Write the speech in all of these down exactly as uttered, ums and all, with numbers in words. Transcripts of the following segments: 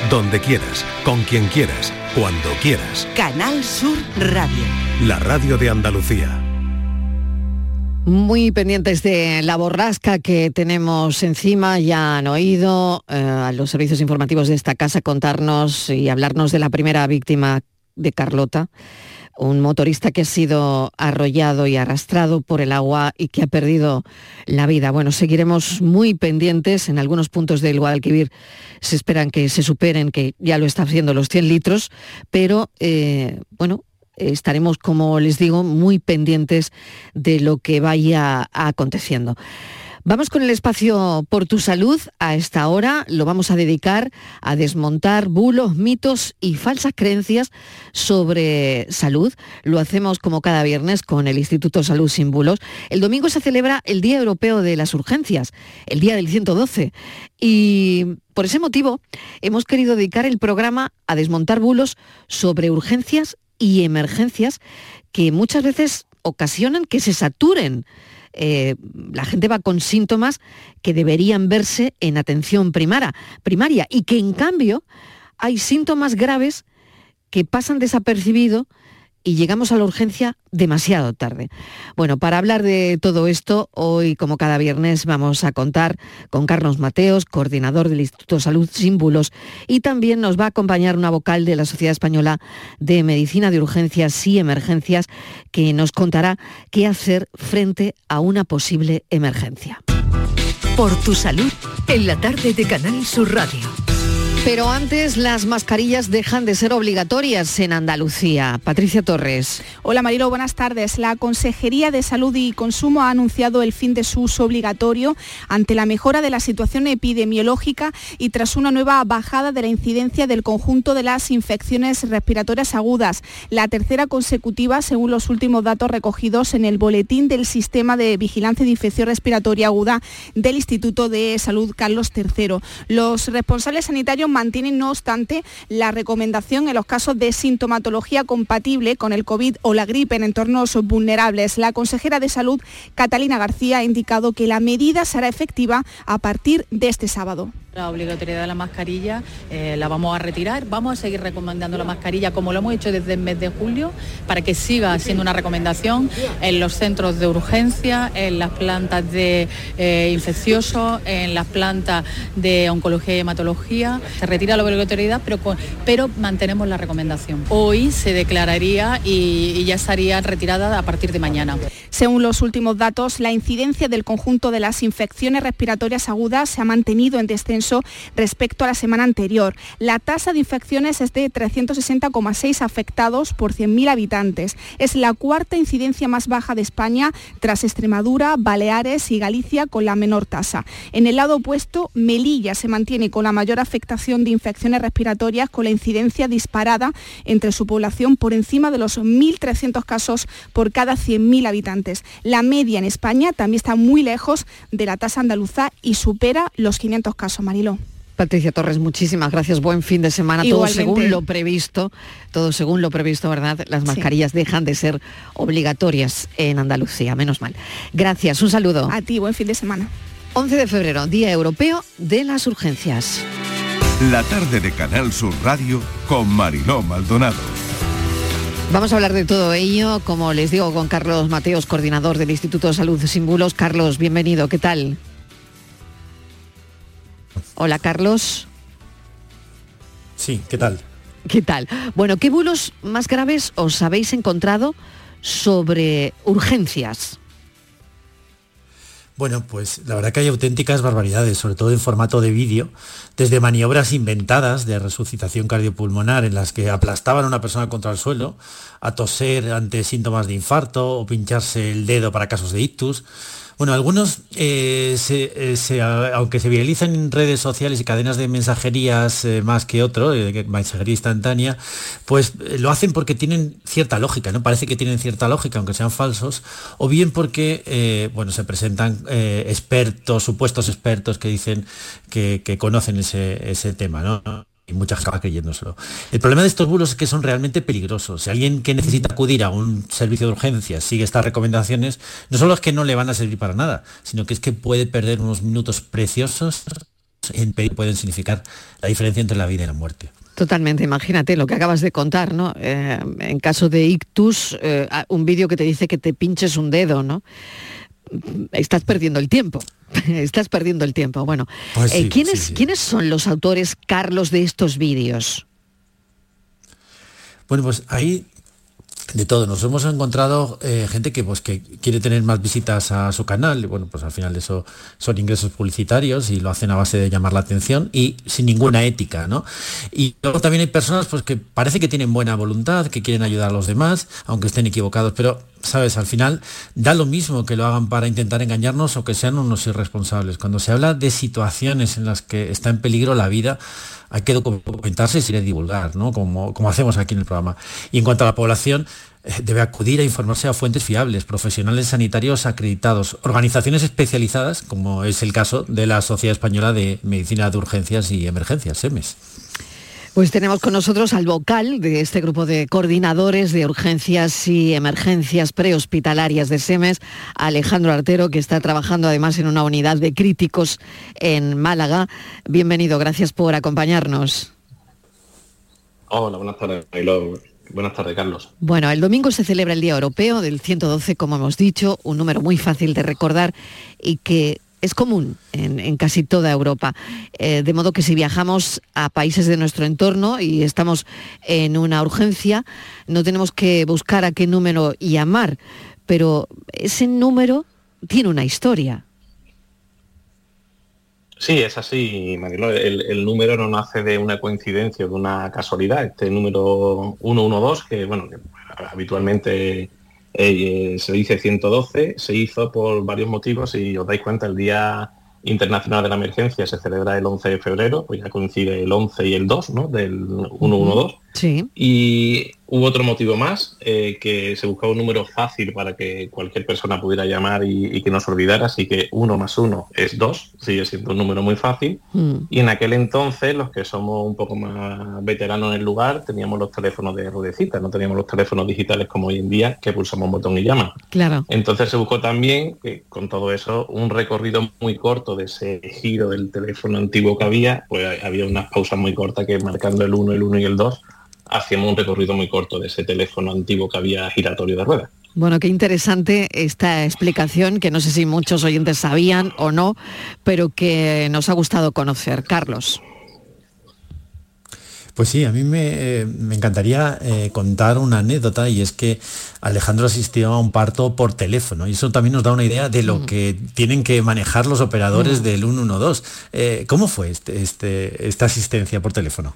donde quieras, con quien quieras, cuando quieras. Canal Sur Radio. La radio de Andalucía. Muy pendientes de la borrasca que tenemos encima, ya han oído eh, a los servicios informativos de esta casa contarnos y hablarnos de la primera víctima de Carlota, un motorista que ha sido arrollado y arrastrado por el agua y que ha perdido la vida. Bueno, seguiremos muy pendientes. En algunos puntos del Guadalquivir se esperan que se superen, que ya lo está haciendo, los cien litros, pero eh, bueno, estaremos, como les digo, muy pendientes de lo que vaya aconteciendo. Vamos con el espacio Por tu Salud. A esta hora lo vamos a dedicar a desmontar bulos, mitos y falsas creencias sobre salud. Lo hacemos como cada viernes con el Instituto Salud Sin Bulos. El domingo se celebra el Día Europeo de las Urgencias, el Día del ciento doce. Y por ese motivo hemos querido dedicar el programa a desmontar bulos sobre urgencias y emergencias que muchas veces ocasionan que se saturen. Eh, la gente va con síntomas que deberían verse en atención primaria, primaria y que en cambio hay síntomas graves que pasan desapercibidos y llegamos a la urgencia demasiado tarde. Bueno, para hablar de todo esto, hoy, como cada viernes, vamos a contar con Carlos Mateos, coordinador del Instituto Salud Sin Bulos, y también nos va a acompañar una vocal de la Sociedad Española de Medicina de Urgencias y Emergencias, que nos contará qué hacer frente a una posible emergencia. Por tu salud, en la tarde de Canal Sur Radio. Pero antes, las mascarillas dejan de ser obligatorias en Andalucía. Patricia Torres. Hola Marilo, buenas tardes. La Consejería de Salud y Consumo ha anunciado el fin de su uso obligatorio ante la mejora de la situación epidemiológica y tras una nueva bajada de la incidencia del conjunto de las infecciones respiratorias agudas, la tercera consecutiva según los últimos datos recogidos en el boletín del Sistema de Vigilancia de Infección Respiratoria Aguda del Instituto de Salud Carlos tercero. Los responsables sanitarios mantienen, no obstante, la recomendación en los casos de sintomatología compatible con el COVID o la gripe en entornos vulnerables. La consejera de Salud, Catalina García, ha indicado que la medida será efectiva a partir de este sábado. La obligatoriedad de la mascarilla eh, la vamos a retirar, vamos a seguir recomendando la mascarilla como lo hemos hecho desde el mes de julio para que siga siendo una recomendación en los centros de urgencia, en las plantas de eh, infecciosos, en las plantas de oncología y hematología. Se retira la obligatoriedad, pero, con, pero mantenemos la recomendación. Hoy se declararía y, y ya estaría retirada a partir de mañana. Según los últimos datos, la incidencia del conjunto de las infecciones respiratorias agudas se ha mantenido en descenso respecto a la semana anterior. La tasa de infecciones es de trescientos sesenta coma seis afectados por cien mil habitantes. Es la cuarta incidencia más baja de España tras Extremadura, Baleares y Galicia con la menor tasa. En el lado opuesto, Melilla se mantiene con la mayor afectación de infecciones respiratorias con la incidencia disparada entre su población por encima de los mil trescientos casos por cada cien mil habitantes. La media en España también está muy lejos de la tasa andaluza y supera los quinientos casos. Marilo. Patricia Torres, muchísimas gracias. Buen fin de semana. Igualmente. Todo según lo previsto, todo según lo previsto, ¿verdad? Las mascarillas sí. dejan de ser obligatorias en Andalucía, menos mal. Gracias, un saludo. A ti, buen fin de semana. once de febrero, Día Europeo de las Urgencias. La tarde de Canal Sur Radio con Mariló Maldonado. Vamos a hablar de todo ello, como les digo, con Carlos Mateos, coordinador del Instituto de Salud Sin Bulos. Carlos, bienvenido, ¿qué tal? Hola, Carlos. Sí, ¿qué tal? ¿Qué tal? Bueno, ¿qué bulos más graves os habéis encontrado sobre urgencias? Bueno, pues la verdad que hay auténticas barbaridades, sobre todo en formato de vídeo, desde maniobras inventadas de resucitación cardiopulmonar en las que aplastaban a una persona contra el suelo, a toser ante síntomas de infarto o pincharse el dedo para casos de ictus. Bueno, algunos, eh, se, eh, se, aunque se viralizan en redes sociales y cadenas de mensajerías eh, más que otro, eh, mensajería instantánea, pues eh, lo hacen porque tienen cierta lógica, ¿no? Parece que tienen cierta lógica, aunque sean falsos, o bien porque, eh, bueno, se presentan eh, expertos, supuestos expertos que dicen que, que conocen ese, ese tema, ¿no? Y mucha gente acaba creyéndoselo. El problema de estos bulos es que son realmente peligrosos. Si alguien que necesita acudir a un servicio de urgencias sigue estas recomendaciones, no solo es que no le van a servir para nada, sino que es que puede perder unos minutos preciosos en pueden significar la diferencia entre la vida y la muerte. Totalmente, imagínate lo que acabas de contar, ¿no? Eh, en caso de ictus, eh, un vídeo que te dice que te pinches un dedo, ¿no? Estás perdiendo el tiempo, estás perdiendo el tiempo. Bueno, pues sí, eh, ¿quiénes, sí, sí. ¿quiénes son los autores, Carlos, de estos vídeos? Bueno, pues ahí de todo. Nos hemos encontrado eh, gente que, pues, que quiere tener más visitas a su canal, y bueno, pues al final eso son ingresos publicitarios y lo hacen a base de llamar la atención y sin ninguna ética, ¿no? Y luego también hay personas pues, que parece que tienen buena voluntad, que quieren ayudar a los demás, aunque estén equivocados, pero, ¿sabes? Al final da lo mismo que lo hagan para intentar engañarnos o que sean unos irresponsables. Cuando se habla de situaciones en las que está en peligro la vida, hay que documentarse y se divulgar, ¿no? Como, como hacemos aquí en el programa. Y en cuanto a la población, eh, debe acudir a informarse a fuentes fiables, profesionales sanitarios acreditados, organizaciones especializadas, como es el caso de la Sociedad Española de Medicina de Urgencias y Emergencias, SEMES. Pues tenemos con nosotros al vocal de este grupo de coordinadores de urgencias y emergencias prehospitalarias de SEMES, Alejandro Artero, que está trabajando además en una unidad de críticos en Málaga. Bienvenido, gracias por acompañarnos. Hola, buenas tardes, Mariló. Buenas tardes, Carlos. Bueno, el domingo se celebra el Día Europeo del ciento doce, como hemos dicho, un número muy fácil de recordar y que es común en, en casi toda Europa, eh, de modo que si viajamos a países de nuestro entorno y estamos en una urgencia, no tenemos que buscar a qué número llamar, pero ese número tiene una historia. Sí, es así, Mariló. El, el número no nace de una coincidencia, de una casualidad. Este número ciento doce, que bueno, que habitualmente Eh, se dice ciento doce, se hizo por varios motivos. Si os dais cuenta, el Día Internacional de la Emergencia se celebra el once de febrero, pues ya coincide el once y el dos, ¿no? Del ciento doce. Sí. Y hubo otro motivo más, eh, que se buscaba un número fácil para que cualquier persona pudiera llamar y, y que no se olvidara, así que uno más uno es dos, sigue siendo un número muy fácil. Mm. Y en aquel entonces, los que somos un poco más veteranos en el lugar, teníamos los teléfonos de ruedecita, no teníamos los teléfonos digitales como hoy en día, que pulsamos un botón y llaman. Claro. Entonces se buscó también, que con todo eso, un recorrido muy corto de ese giro del teléfono antiguo que había, pues había unas pausas muy cortas que marcando el uno, el uno y el dos, hacíamos un recorrido muy corto de ese teléfono antiguo que había giratorio de ruedas. Bueno, qué interesante esta explicación, que no sé si muchos oyentes sabían o no, pero que nos ha gustado conocer. Carlos. Pues sí, a mí me, eh, me encantaría eh, contar una anécdota, y es que Alejandro asistió a un parto por teléfono y eso también nos da una idea de lo mm. que tienen que manejar los operadores mm. del ciento doce. Eh, ¿Cómo fue este, este, esta asistencia por teléfono?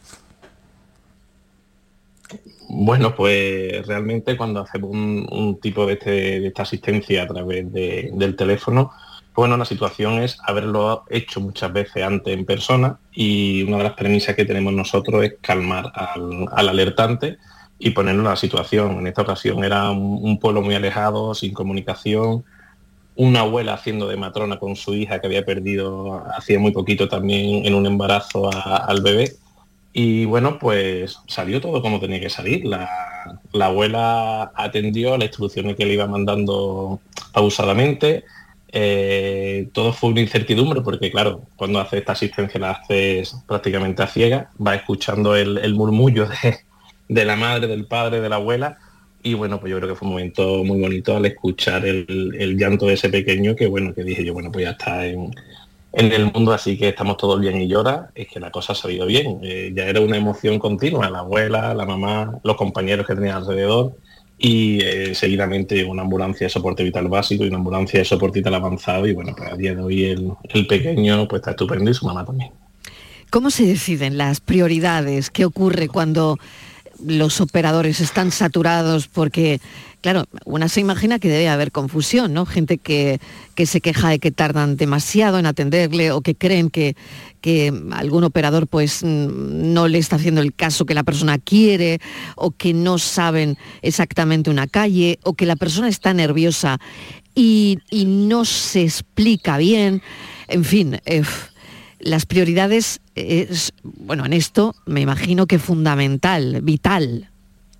Bueno, pues realmente cuando hacemos un, un tipo de, este, de esta asistencia a través de, del teléfono, bueno, la situación es haberlo hecho muchas veces antes en persona, y una de las premisas que tenemos nosotros es calmar al, al alertante y ponerlo en la situación. En esta ocasión era un, un pueblo muy alejado, sin comunicación, una abuela haciendo de matrona con su hija que había perdido hacía muy poquito también en un embarazo a, al bebé. Y bueno, pues salió todo como tenía que salir. La, la abuela atendió las instrucciones que le iba mandando pausadamente. Eh, todo fue una incertidumbre porque, claro, cuando haces esta asistencia la haces prácticamente a ciegas. Vas escuchando el, el murmullo de, de la madre, del padre, de la abuela. Y bueno, pues yo creo que fue un momento muy bonito al escuchar el, el llanto de ese pequeño, que bueno, que dije yo, bueno, pues ya está en... en el mundo, así que estamos todos bien y llora. Es que la cosa ha salido bien. Eh, ya era una emoción continua, la abuela, la mamá, los compañeros que tenían alrededor, y eh, seguidamente llegó una ambulancia de soporte vital básico y una ambulancia de soporte vital avanzado, y bueno, pues a día de hoy el, el pequeño pues está estupendo, y su mamá también. ¿Cómo se deciden las prioridades? ¿Qué ocurre cuando los operadores están saturados? Porque, claro, una se imagina que debe haber confusión, ¿no? Gente que, que se queja de que tardan demasiado en atenderle, o que creen que, que algún operador pues no le está haciendo el caso que la persona quiere, o que no saben exactamente una calle, o que la persona está nerviosa y, y no se explica bien. En fin, eh, las prioridades, es, bueno, en esto me imagino que fundamental, vital.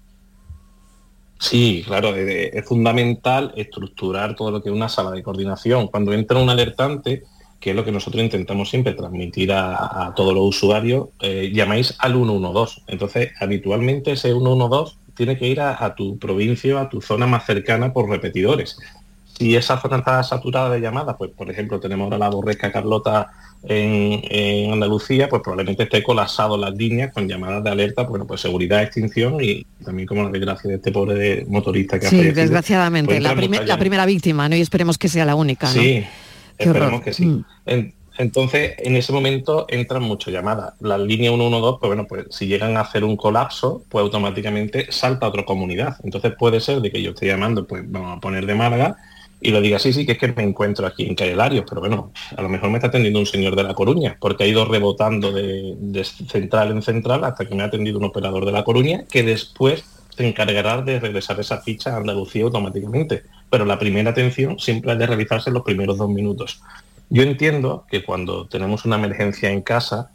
Sí, claro, es fundamental estructurar todo lo que es una sala de coordinación. Cuando entra un alertante, que es lo que nosotros intentamos siempre transmitir a, a todos los usuarios, eh, llamáis al uno uno dos. Entonces, habitualmente ese uno uno dos tiene que ir a, a tu provincia, a tu zona más cercana por repetidores. Si esa zona está saturada de llamadas, pues por ejemplo tenemos ahora la Borrasca Carlota en, en Andalucía, pues probablemente esté colapsado las líneas con llamadas de alerta, bueno, pues seguridad, extinción y también como la desgracia de este pobre motorista que ha fallecido. Sí, desgraciadamente, pues la, primer, la primera víctima, ¿no? Y esperemos que sea la única, ¿no? Sí, Qué esperemos horror. que sí. Mm. En, entonces, en ese momento entran muchas llamadas. La línea uno uno dos, pues bueno, pues si llegan a hacer un colapso, pues automáticamente salta a otra comunidad. Entonces puede ser de que yo esté llamando, pues vamos a poner de Málaga, y lo diga, sí, sí, que es que me encuentro aquí en Calle Larios, pero bueno, a lo mejor me está atendiendo un señor de La Coruña, porque ha ido rebotando de, de central en central hasta que me ha atendido un operador de La Coruña, que después se encargará de regresar esa ficha a Andalucía automáticamente. Pero la primera atención siempre ha de realizarse en los primeros dos minutos. Yo entiendo que cuando tenemos una emergencia en casa,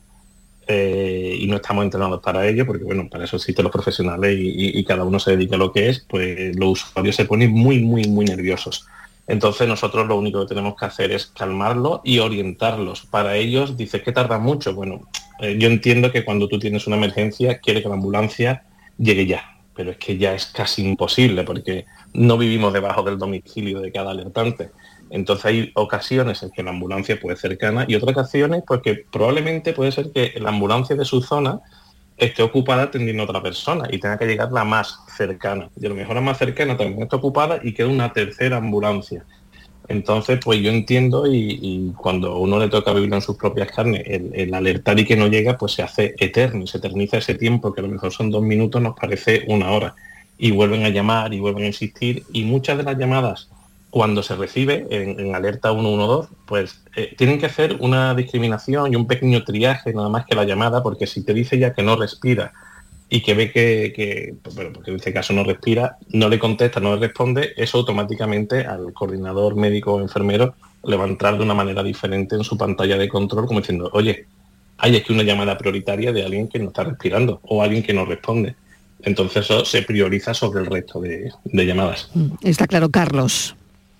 eh, y no estamos entrenados para ello, porque bueno, para eso existen los profesionales y, y, y cada uno se dedica a lo que es, pues los usuarios se ponen muy, muy, muy nerviosos. Entonces nosotros lo único que tenemos que hacer es calmarlos y orientarlos. Para ellos, dices que tarda mucho. Bueno, eh, yo entiendo que cuando tú tienes una emergencia, quiere que la ambulancia llegue ya, pero es que ya es casi imposible porque no vivimos debajo del domicilio de cada alertante. Entonces hay ocasiones en que la ambulancia puede ser cercana y otras ocasiones pues que probablemente puede ser que la ambulancia de su zona esté ocupada atendiendo a otra persona y tenga que llegar la más cercana. Y a lo mejor la más cercana también está ocupada y queda una tercera ambulancia. Entonces, pues yo entiendo y, y cuando uno le toca vivir en sus propias carnes, el, el alertar y que no llega, pues se hace eterno y se eterniza ese tiempo, que a lo mejor son dos minutos, nos parece una hora. Y vuelven a llamar y vuelven a insistir. Y muchas de las llamadas, cuando se recibe en, en alerta uno uno dos, pues eh, tienen que hacer una discriminación y un pequeño triaje nada más que la llamada, porque si te dice ya que no respira y que ve que, que pues, bueno, porque en este caso no respira, no le contesta, no le responde, eso automáticamente al coordinador médico o enfermero le va a entrar de una manera diferente en su pantalla de control, como diciendo, oye, hay aquí una llamada prioritaria de alguien que no está respirando o alguien que no responde. Entonces eso se prioriza sobre el resto de, de llamadas. Está claro, Carlos.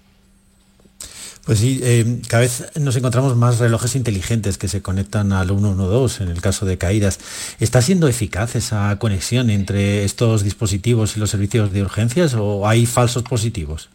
Pues sí, eh, cada vez nos encontramos más relojes inteligentes que se conectan al uno uno dos en el caso de caídas. ¿Está siendo eficaz esa conexión entre estos dispositivos y los servicios de urgencias o hay falsos positivos?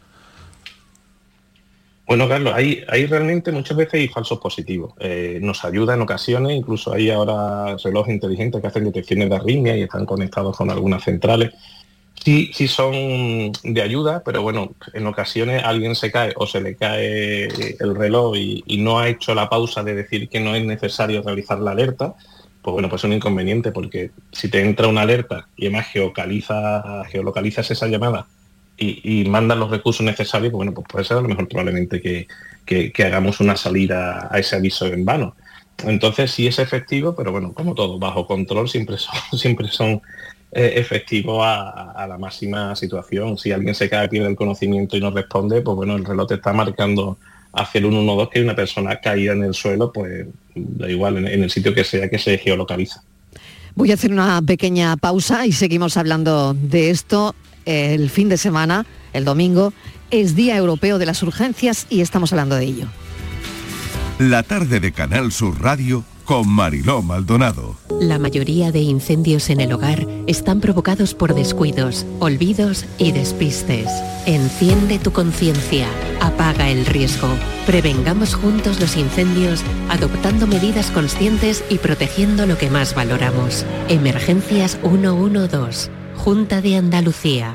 Bueno, Carlos, hay, hay realmente muchas veces hay falsos positivos. Eh, nos ayuda en ocasiones, incluso hay ahora relojes inteligentes que hacen detecciones de arritmia y están conectados con algunas centrales. Sí, sí son de ayuda, pero bueno, en ocasiones alguien se cae o se le cae el reloj y, y no ha hecho la pausa de decir que no es necesario realizar la alerta, pues bueno, pues es un inconveniente, porque si te entra una alerta y además geocaliza, geolocalizas esa llamada y, y mandas los recursos necesarios, pues bueno, pues puede ser a lo mejor probablemente que, que, que hagamos una salida a ese aviso en vano. Entonces sí es efectivo, pero bueno, como todo, bajo control siempre son, siempre son eh, efectivos a, a la máxima situación. Si alguien se cae, pierde el conocimiento y no responde, pues bueno, el reloj te está marcando hacia el uno uno dos que hay una persona caída en el suelo, pues da igual, en, en el sitio que sea que se geolocaliza. Voy a hacer una pequeña pausa y seguimos hablando de esto. El fin de semana, el domingo, es Día Europeo de las Urgencias y estamos hablando de ello. La tarde de Canal Sur Radio con Mariló Maldonado. La mayoría de incendios en el hogar están provocados por descuidos, olvidos y despistes. Enciende tu conciencia, apaga el riesgo. Prevengamos juntos los incendios adoptando medidas conscientes y protegiendo lo que más valoramos. Emergencias uno uno dos, Junta de Andalucía.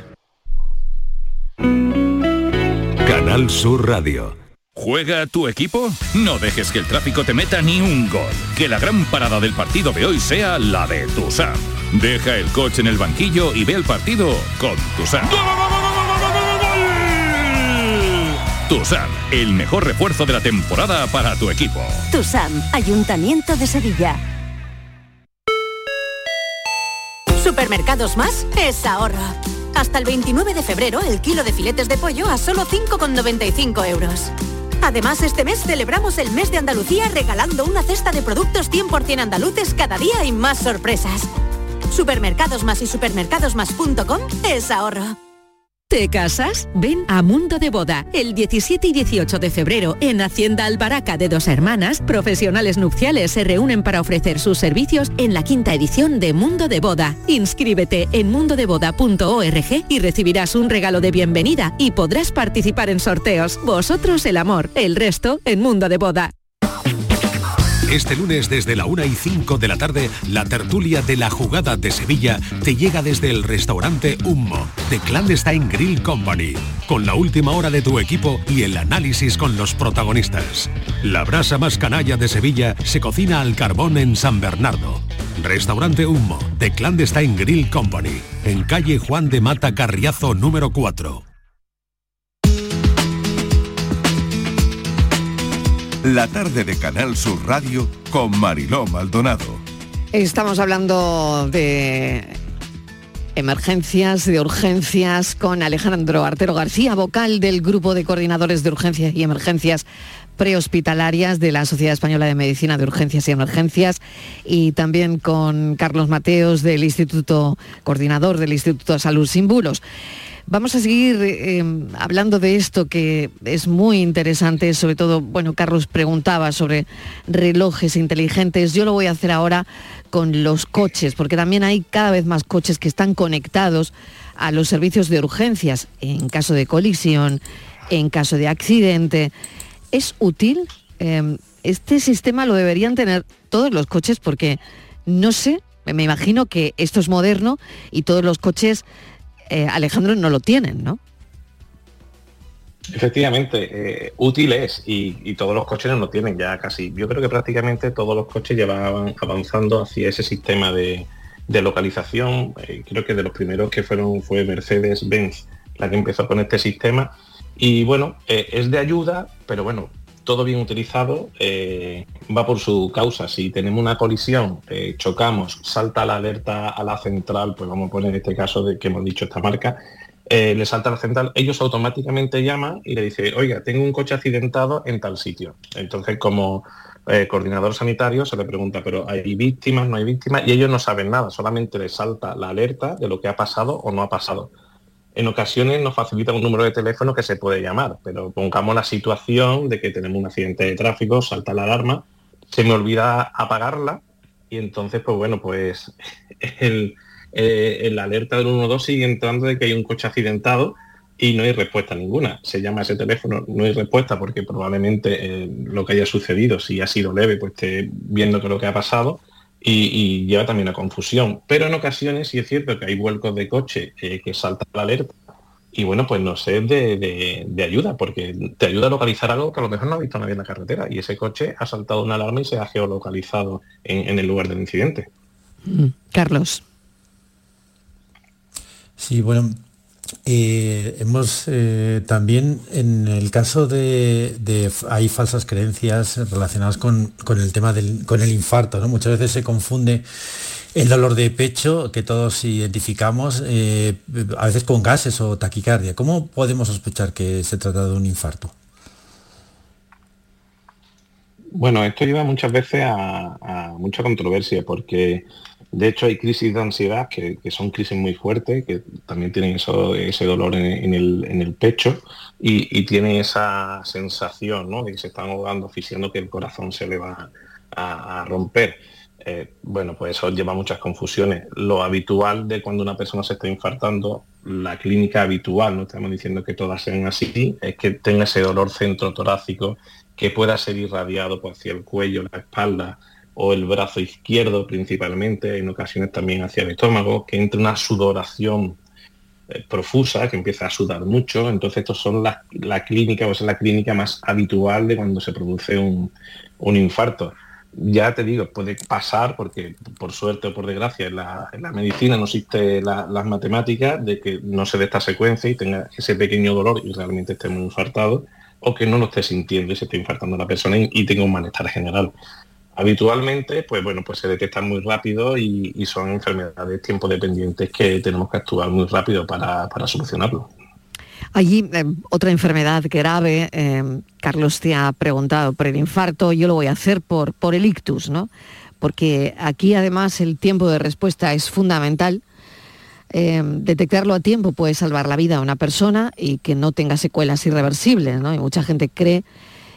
Canal Sur Radio. ¿Juega tu equipo? No dejes que el tráfico te meta ni un gol. Que la gran parada del partido de hoy sea la de Tusam. Deja el coche en el banquillo y ve el partido con Tusam. Tusam, el mejor refuerzo de la temporada para tu equipo. Tusam, Ayuntamiento de Sevilla. Supermercados Más es ahorro. Hasta el veintinueve de febrero el kilo de filetes de pollo a solo cinco con noventa y cinco euros. Además, este mes celebramos el mes de Andalucía regalando una cesta de productos cien por ciento andaluces cada día y más sorpresas. Supermercados Más y supermercados más punto com es ahorro. ¿Te casas? Ven a Mundo de Boda. El diecisiete y dieciocho de febrero en Hacienda Albaraca de Dos Hermanas, profesionales nupciales se reúnen para ofrecer sus servicios en la quinta edición de Mundo de Boda. Inscríbete en mundo de boda punto org y recibirás un regalo de bienvenida y podrás participar en sorteos. Vosotros el amor, el resto en Mundo de Boda. Este lunes desde la una y cinco de la tarde, la tertulia de la jugada de Sevilla te llega desde el restaurante Hummo, de Clandestine Grill Company, con la última hora de tu equipo y el análisis con los protagonistas. La brasa más canalla de Sevilla se cocina al carbón en San Bernardo. Restaurante Hummo, de Clandestine Grill Company, en calle Juan de Mata Carriazo número cuatro. La tarde de Canal Sur Radio con Mariló Maldonado. Estamos hablando de emergencias, de urgencias, con Alejandro Artero García, vocal del Grupo de Coordinadores de Urgencias y Emergencias Prehospitalarias de la Sociedad Española de Medicina de Urgencias y Emergencias, y también con Carlos Mateos, del Instituto, coordinador del Instituto de Salud Sin Bulos. Vamos a seguir eh, hablando de esto, que es muy interesante, sobre todo, bueno, Carlos preguntaba sobre relojes inteligentes. Yo lo voy a hacer ahora con los coches, porque también hay cada vez más coches que están conectados a los servicios de urgencias, en caso de colisión, en caso de accidente. ¿Es útil? Eh, este sistema lo deberían tener todos los coches, porque no sé, me imagino que esto es moderno y todos los coches... Eh, Alejandro, no lo tienen, ¿no? Efectivamente, eh, útil es, y, y todos los coches no lo tienen ya casi. Yo creo que prácticamente todos los coches llevaban avanzando hacia ese sistema de, de localización. Eh, creo que de los primeros que fueron fue Mercedes-Benz la que empezó con este sistema. Y bueno, eh, es de ayuda, pero bueno, todo bien utilizado eh, va por su causa. Si tenemos una colisión, eh, chocamos, salta la alerta a la central, pues vamos a poner este caso de que hemos dicho esta marca, eh, le salta a la central, ellos automáticamente llaman y le dicen, oiga, tengo un coche accidentado en tal sitio. Entonces, como eh, coordinador sanitario se le pregunta, pero ¿hay víctimas, no hay víctimas? Y ellos no saben nada, solamente les salta la alerta de lo que ha pasado o no ha pasado. En ocasiones nos facilita un número de teléfono que se puede llamar, pero pongamos la situación de que tenemos un accidente de tráfico, salta la alarma, se me olvida apagarla y entonces, pues bueno, pues el, eh, el alerta del uno dos sigue entrando de que hay un coche accidentado y no hay respuesta ninguna. Se llama a ese teléfono, no hay respuesta porque probablemente eh, lo que haya sucedido, si ha sido leve, pues esté viendo qué es lo que ha pasado. Y, y lleva también a confusión. Pero en ocasiones sí es cierto que hay vuelcos de coche eh, que saltan la alerta y bueno, pues no sé, de, de, de ayuda, porque te ayuda a localizar algo que a lo mejor no ha visto nadie en la carretera y ese coche ha saltado una alarma y se ha geolocalizado en, en el lugar del incidente. Mm. Carlos. Sí, bueno, eh, hemos eh, también en el caso de, de hay falsas creencias relacionadas con, con el tema del con el infarto, ¿no? Muchas veces se confunde el dolor de pecho que todos identificamos eh, a veces con gases o taquicardia. ¿Cómo podemos sospechar que se trata de un infarto? Bueno, esto lleva muchas veces a, a mucha controversia porque de hecho hay crisis de ansiedad que, que son crisis muy fuertes, que también tienen eso, ese dolor en, en, el, en el pecho y, y tienen esa sensación, ¿no?, de que se están ahogando, asfixiando, que el corazón se le va a, a romper. Eh, bueno, pues eso lleva a muchas confusiones. Lo habitual de cuando una persona se está infartando, la clínica habitual, no estamos diciendo que todas sean así, es que tenga ese dolor centrotorácico que pueda ser irradiado pues, hacia el cuello, la espalda o el brazo izquierdo principalmente, en ocasiones también hacia el estómago, que entre una sudoración eh, profusa, que empieza a sudar mucho. Entonces estos son la, la clínica, o es la clínica más habitual de cuando se produce un, un infarto. Ya te digo, puede pasar, porque por suerte o por desgracia en la, en la medicina no existe la, las matemáticas de que no se dé esta secuencia y tenga ese pequeño dolor y realmente esté muy infartado, o que no lo esté sintiendo y se esté infartando la persona y, y tenga un malestar general. Habitualmente, pues bueno, pues se detectan muy rápido y, y son enfermedades tiempo dependientes que tenemos que actuar muy rápido para, para solucionarlo. Allí, eh, otra enfermedad grave, eh, Carlos te ha preguntado por el infarto, yo lo voy a hacer por, por el ictus, ¿no? Porque aquí además el tiempo de respuesta es fundamental. eh, detectarlo a tiempo puede salvar la vida a una persona y que no tenga secuelas irreversibles, ¿no? Y mucha gente cree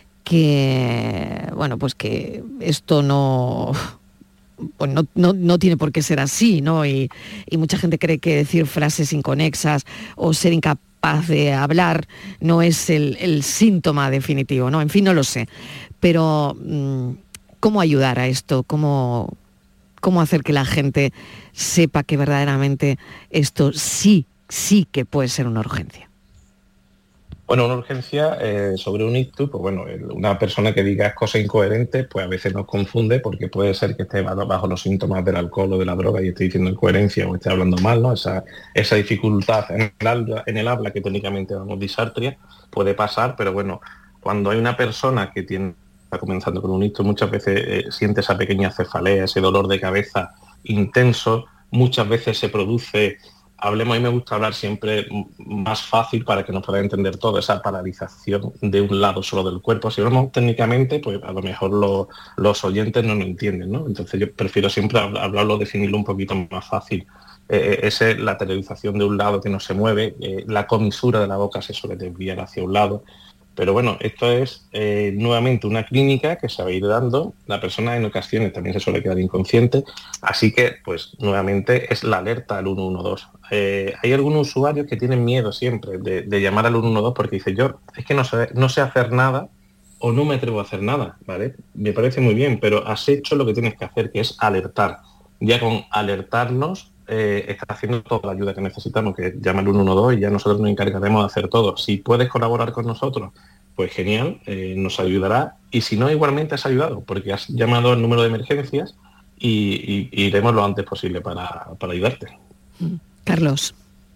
que, bueno, pues que esto no... Pues no, no, no tiene por qué ser así, ¿no? Y, y mucha gente cree que decir frases inconexas o ser incapaz de hablar no es el, el síntoma definitivo, ¿no? En fin, no lo sé. Pero, ¿cómo ayudar a esto? ¿Cómo, cómo hacer que la gente sepa que verdaderamente esto sí, sí que puede ser una urgencia? Bueno, una urgencia eh, sobre un ictus, pues bueno, una persona que diga cosas incoherentes, pues a veces nos confunde porque puede ser que esté bajo los síntomas del alcohol o de la droga y esté diciendo incoherencia o esté hablando mal, ¿no? Esa, esa dificultad en el, habla, en el habla que técnicamente llamamos disartria puede pasar, pero bueno, cuando hay una persona que tiene, está comenzando con un ictus, muchas veces eh, siente esa pequeña cefalea, ese dolor de cabeza intenso, muchas veces se produce... Hablemos, a mí me gusta hablar siempre más fácil para que nos pueda entender todo, esa paralización de un lado solo del cuerpo. Si hablamos técnicamente, pues a lo mejor lo, los oyentes no lo entienden, ¿no? Entonces yo prefiero siempre hablarlo, definirlo un poquito más fácil. Eh, esa es la lateralización de un lado que no se mueve, eh, la comisura de la boca se suele desviar hacia un lado. Pero bueno, esto es eh, nuevamente una clínica que se va a ir dando. La persona en ocasiones también se suele quedar inconsciente, así que pues nuevamente es la alerta al uno uno dos. Eh, hay algunos usuarios que tienen miedo siempre de, de llamar al uno uno dos porque dicen, yo es que no sé, no sé hacer nada o no me atrevo a hacer nada, ¿vale? Me parece muy bien, pero has hecho lo que tienes que hacer, que es alertar. Ya con alertarnos, Eh, está haciendo toda la ayuda que necesitamos, que llama al uno uno dos y ya nosotros nos encargaremos de hacer todo. Si puedes colaborar con nosotros, pues genial, eh, nos ayudará. Y si no, igualmente has ayudado, porque has llamado al número de emergencias y, y, y iremos lo antes posible para, para ayudarte. Carlos.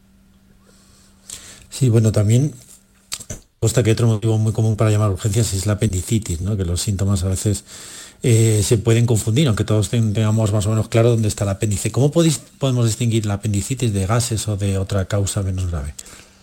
Sí, bueno, también consta que otro motivo muy común para llamar urgencias es la apendicitis, ¿no? Que los síntomas a veces eh, se pueden confundir, aunque todos tengamos más o menos claro dónde está el apéndice. ¿Cómo podéis, podemos distinguir la apendicitis de gases o de otra causa menos grave?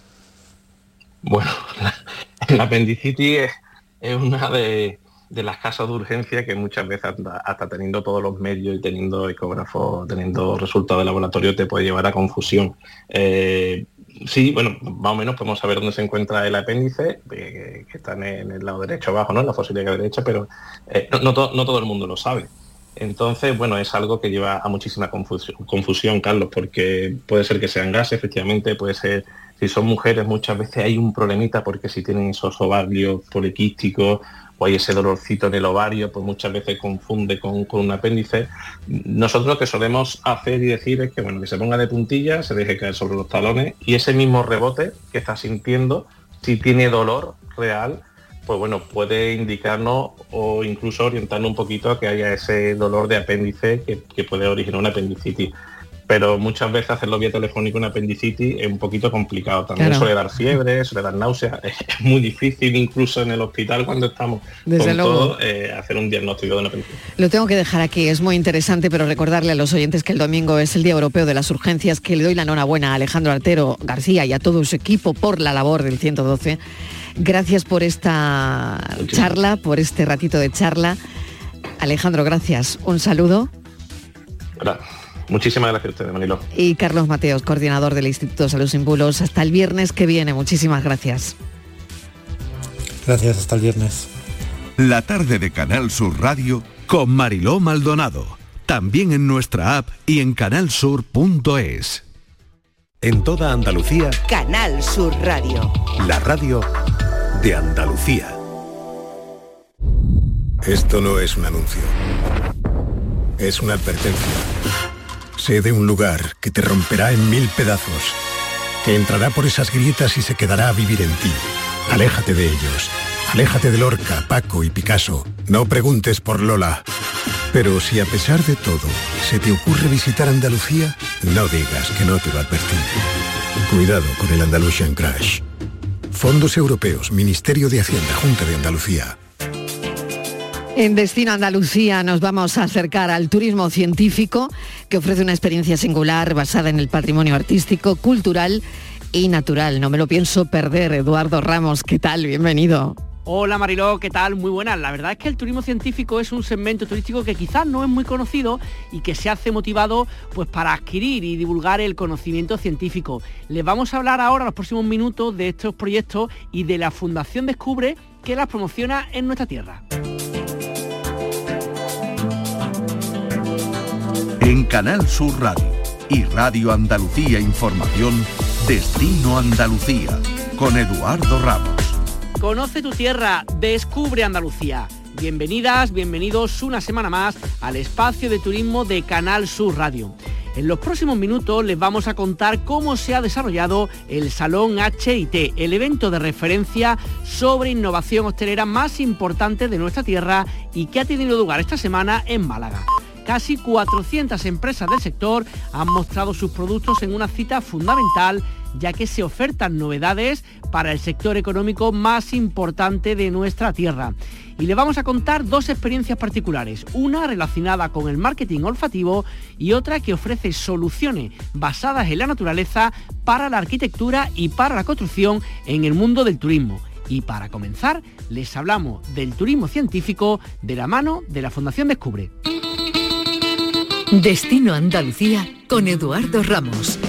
Bueno, la, la apendicitis es, es una de, de las causas de urgencia que muchas veces hasta, hasta teniendo todos los medios y teniendo ecógrafos, teniendo resultados de laboratorio te puede llevar a confusión. Eh, Sí, bueno, más o menos podemos saber dónde se encuentra el apéndice, eh, que está en el, en el lado derecho abajo, ¿no? En la fosa ilíaca derecha, pero eh, no, no, to, no todo el mundo lo sabe. Entonces, bueno, es algo que lleva a muchísima confusión, confusión, Carlos, porque puede ser que sean gases, efectivamente, puede ser, si son mujeres, muchas veces hay un problemita porque si tienen esos ovarios poliquísticos o hay ese dolorcito en el ovario, pues muchas veces confunde con, con un apéndice. Nosotros lo que solemos hacer y decir es que, bueno, que se ponga de puntillas, se deje caer sobre los talones y ese mismo rebote que está sintiendo, si tiene dolor real, pues bueno, puede indicarnos o incluso orientarnos un poquito a que haya ese dolor de apéndice que, que puede originar una apendicitis. Pero muchas veces hacerlo vía telefónica una apendicitis es un poquito complicado. También claro. Suele dar fiebre, suele dar náuseas. Es muy difícil incluso en el hospital cuando estamos Desde con luego. todo eh, hacer un diagnóstico de una apendicitis. Lo tengo que dejar aquí, es muy interesante, pero recordarle a los oyentes que el domingo es el Día Europeo de las Urgencias, que le doy la enhorabuena a Alejandro Artero García y a todo su equipo por la labor del ciento doce. Gracias por esta Muchas charla, gracias. por este ratito de charla. Alejandro, gracias. Un saludo. Hola. Muchísimas gracias a ustedes, Manilo. Y Carlos Mateos, coordinador del Instituto Salud Sin Bulos. Hasta el viernes que viene. Muchísimas gracias. Gracias, hasta el viernes. La tarde de Canal Sur Radio con Mariló Maldonado. También en nuestra app y en canal sur punto es. En toda Andalucía, Canal Sur Radio. La radio de Andalucía. Esto no es un anuncio. Es una advertencia. Sé de un lugar que te romperá en mil pedazos, que entrará por esas grietas y se quedará a vivir en ti. Aléjate de ellos. Aléjate de Lorca, Paco y Picasso. No preguntes por Lola. Pero si a pesar de todo se te ocurre visitar Andalucía, no digas que no te lo advertí. Cuidado con el Andalusian Crash. Fondos Europeos, Ministerio de Hacienda, Junta de Andalucía. En Destino Andalucía nos vamos a acercar al turismo científico, que ofrece una experiencia singular basada en el patrimonio artístico, cultural y natural. No me lo pienso perder. Eduardo Ramos, ¿qué tal? Bienvenido. Hola Mariló, ¿qué tal? Muy buenas. La verdad es que el turismo científico es un segmento turístico que quizás no es muy conocido y que se hace motivado pues para adquirir y divulgar el conocimiento científico. Les vamos a hablar ahora, en los próximos minutos, de estos proyectos y de la Fundación Descubre, que las promociona en nuestra tierra. En Canal Sur Radio y Radio Andalucía Información, Destino Andalucía, con Eduardo Ramos. Conoce tu tierra, descubre Andalucía. Bienvenidas, bienvenidos una semana más al espacio de turismo de Canal Sur Radio. En los próximos minutos les vamos a contar cómo se ha desarrollado el Salón H I T, el evento de referencia sobre innovación hostelera más importante de nuestra tierra y que ha tenido lugar esta semana en Málaga. Casi cuatrocientas empresas del sector han mostrado sus productos en una cita fundamental, ya que se ofertan novedades para el sector económico más importante de nuestra tierra. Y le vamos a contar dos experiencias particulares, una relacionada con el marketing olfativo y otra que ofrece soluciones basadas en la naturaleza para la arquitectura y para la construcción en el mundo del turismo. Y para comenzar, les hablamos del turismo científico de la mano de la Fundación Descubre. Destino Andalucía con Eduardo Ramos.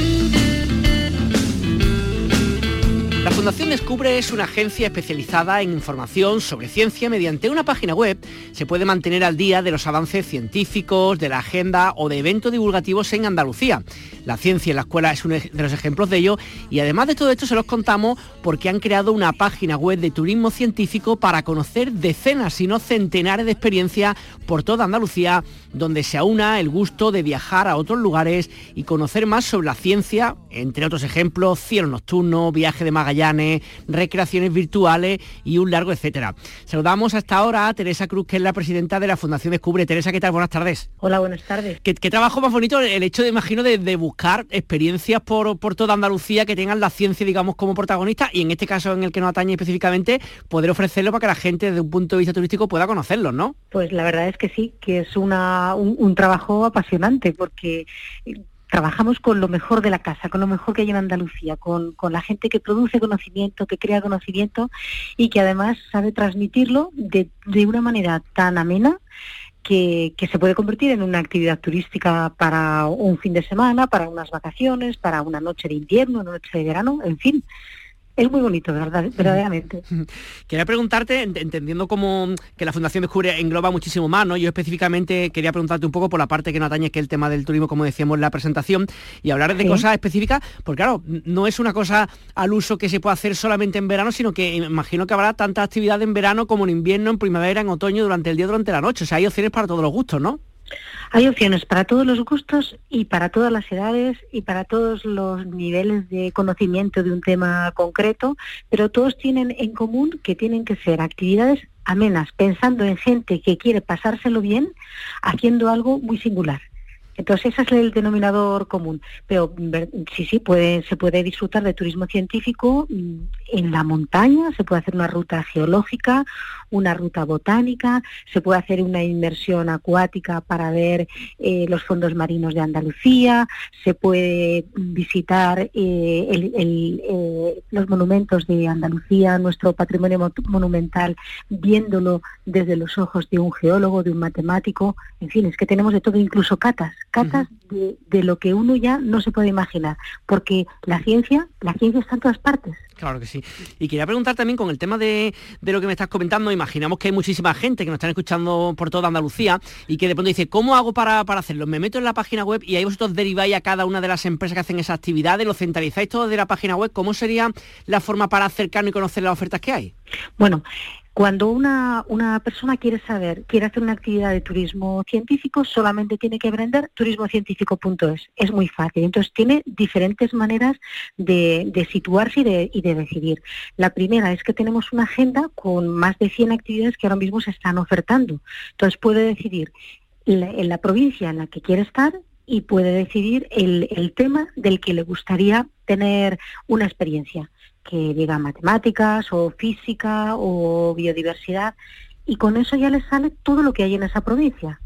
La Fundación Descubre es una agencia especializada en información sobre ciencia. Mediante una página web se puede mantener al día de los avances científicos, de la agenda o de eventos divulgativos en Andalucía. La ciencia en la escuela es uno de los ejemplos de ello y además de todo esto se los contamos porque han creado una página web de turismo científico para conocer decenas, si no centenares de experiencias por toda Andalucía, donde se aúna el gusto de viajar a otros lugares y conocer más sobre la ciencia, entre otros ejemplos, cielo nocturno, viaje de Magallanes, recreaciones virtuales y un largo etcétera. Saludamos hasta ahora a Teresa Cruz, que es la presidenta de la Fundación Descubre. Teresa, ¿qué tal? Buenas tardes. Hola, buenas tardes. ¿Qué, qué trabajo más bonito el hecho, de, imagino, de, de buscar experiencias por, por toda Andalucía que tengan la ciencia, digamos, como protagonista y en este caso en el que nos atañe específicamente, poder ofrecerlo para que la gente desde un punto de vista turístico pueda conocerlos, ¿no? Pues la verdad es que sí, que es una, un, un trabajo apasionante porque trabajamos con lo mejor de la casa, con lo mejor que hay en Andalucía, con, con la gente que produce conocimiento, que crea conocimiento y que además sabe transmitirlo de, de una manera tan amena que, que se puede convertir en una actividad turística para un fin de semana, para unas vacaciones, para una noche de invierno, una noche de verano, en fin. Es muy bonito, verdad, verdaderamente. Quería preguntarte, entendiendo como que la Fundación Descubre engloba muchísimo más, ¿no? Yo específicamente quería preguntarte un poco por la parte que nos atañe, que es el tema del turismo, como decíamos en la presentación, y hablar de sí. cosas específicas, porque claro, no es una cosa al uso que se puede hacer solamente en verano, sino que imagino que habrá tanta actividad en verano como en invierno, en primavera, en otoño, durante el día, durante la noche. O sea, hay opciones para todos los gustos, ¿no? Hay opciones para todos los gustos y para todas las edades y para todos los niveles de conocimiento de un tema concreto, pero todos tienen en común que tienen que ser actividades amenas, pensando en gente que quiere pasárselo bien, haciendo algo muy singular. Entonces ese es el denominador común, pero sí, sí, puede, se puede disfrutar de turismo científico en la montaña, se puede hacer una ruta geológica, una ruta botánica, se puede hacer una inmersión acuática para ver eh, los fondos marinos de Andalucía, se puede visitar eh, el, el, eh, los monumentos de Andalucía, nuestro patrimonio monumental, viéndolo desde los ojos de un geólogo, de un matemático, en fin, es que tenemos de todo, incluso catas. catas uh-huh. de, de lo que uno ya no se puede imaginar, porque la ciencia, la ciencia está en todas partes. Claro que sí. Y quería preguntar también con el tema de, de lo que me estás comentando, imaginamos que hay muchísima gente que nos están escuchando por toda Andalucía y que de pronto dice, ¿cómo hago para, para hacerlo? Me meto en la página web y ahí vosotros deriváis a cada una de las empresas que hacen esas actividades, lo centralizáis todo de la página web. ¿Cómo sería la forma para acercarnos y conocer las ofertas que hay? Bueno, cuando una, una persona quiere saber, quiere hacer una actividad de turismo científico, solamente tiene que aprender turismo científico punto es. Es muy fácil. Entonces tiene diferentes maneras de, de situarse y de, y de decidir. La primera es que tenemos una agenda con más de cien actividades que ahora mismo se están ofertando. Entonces puede decidir la, en la provincia en la que quiere estar y puede decidir el, el tema del que le gustaría tener una experiencia, que diga matemáticas o física o biodiversidad, y con eso ya le sale todo lo que hay en esa provincia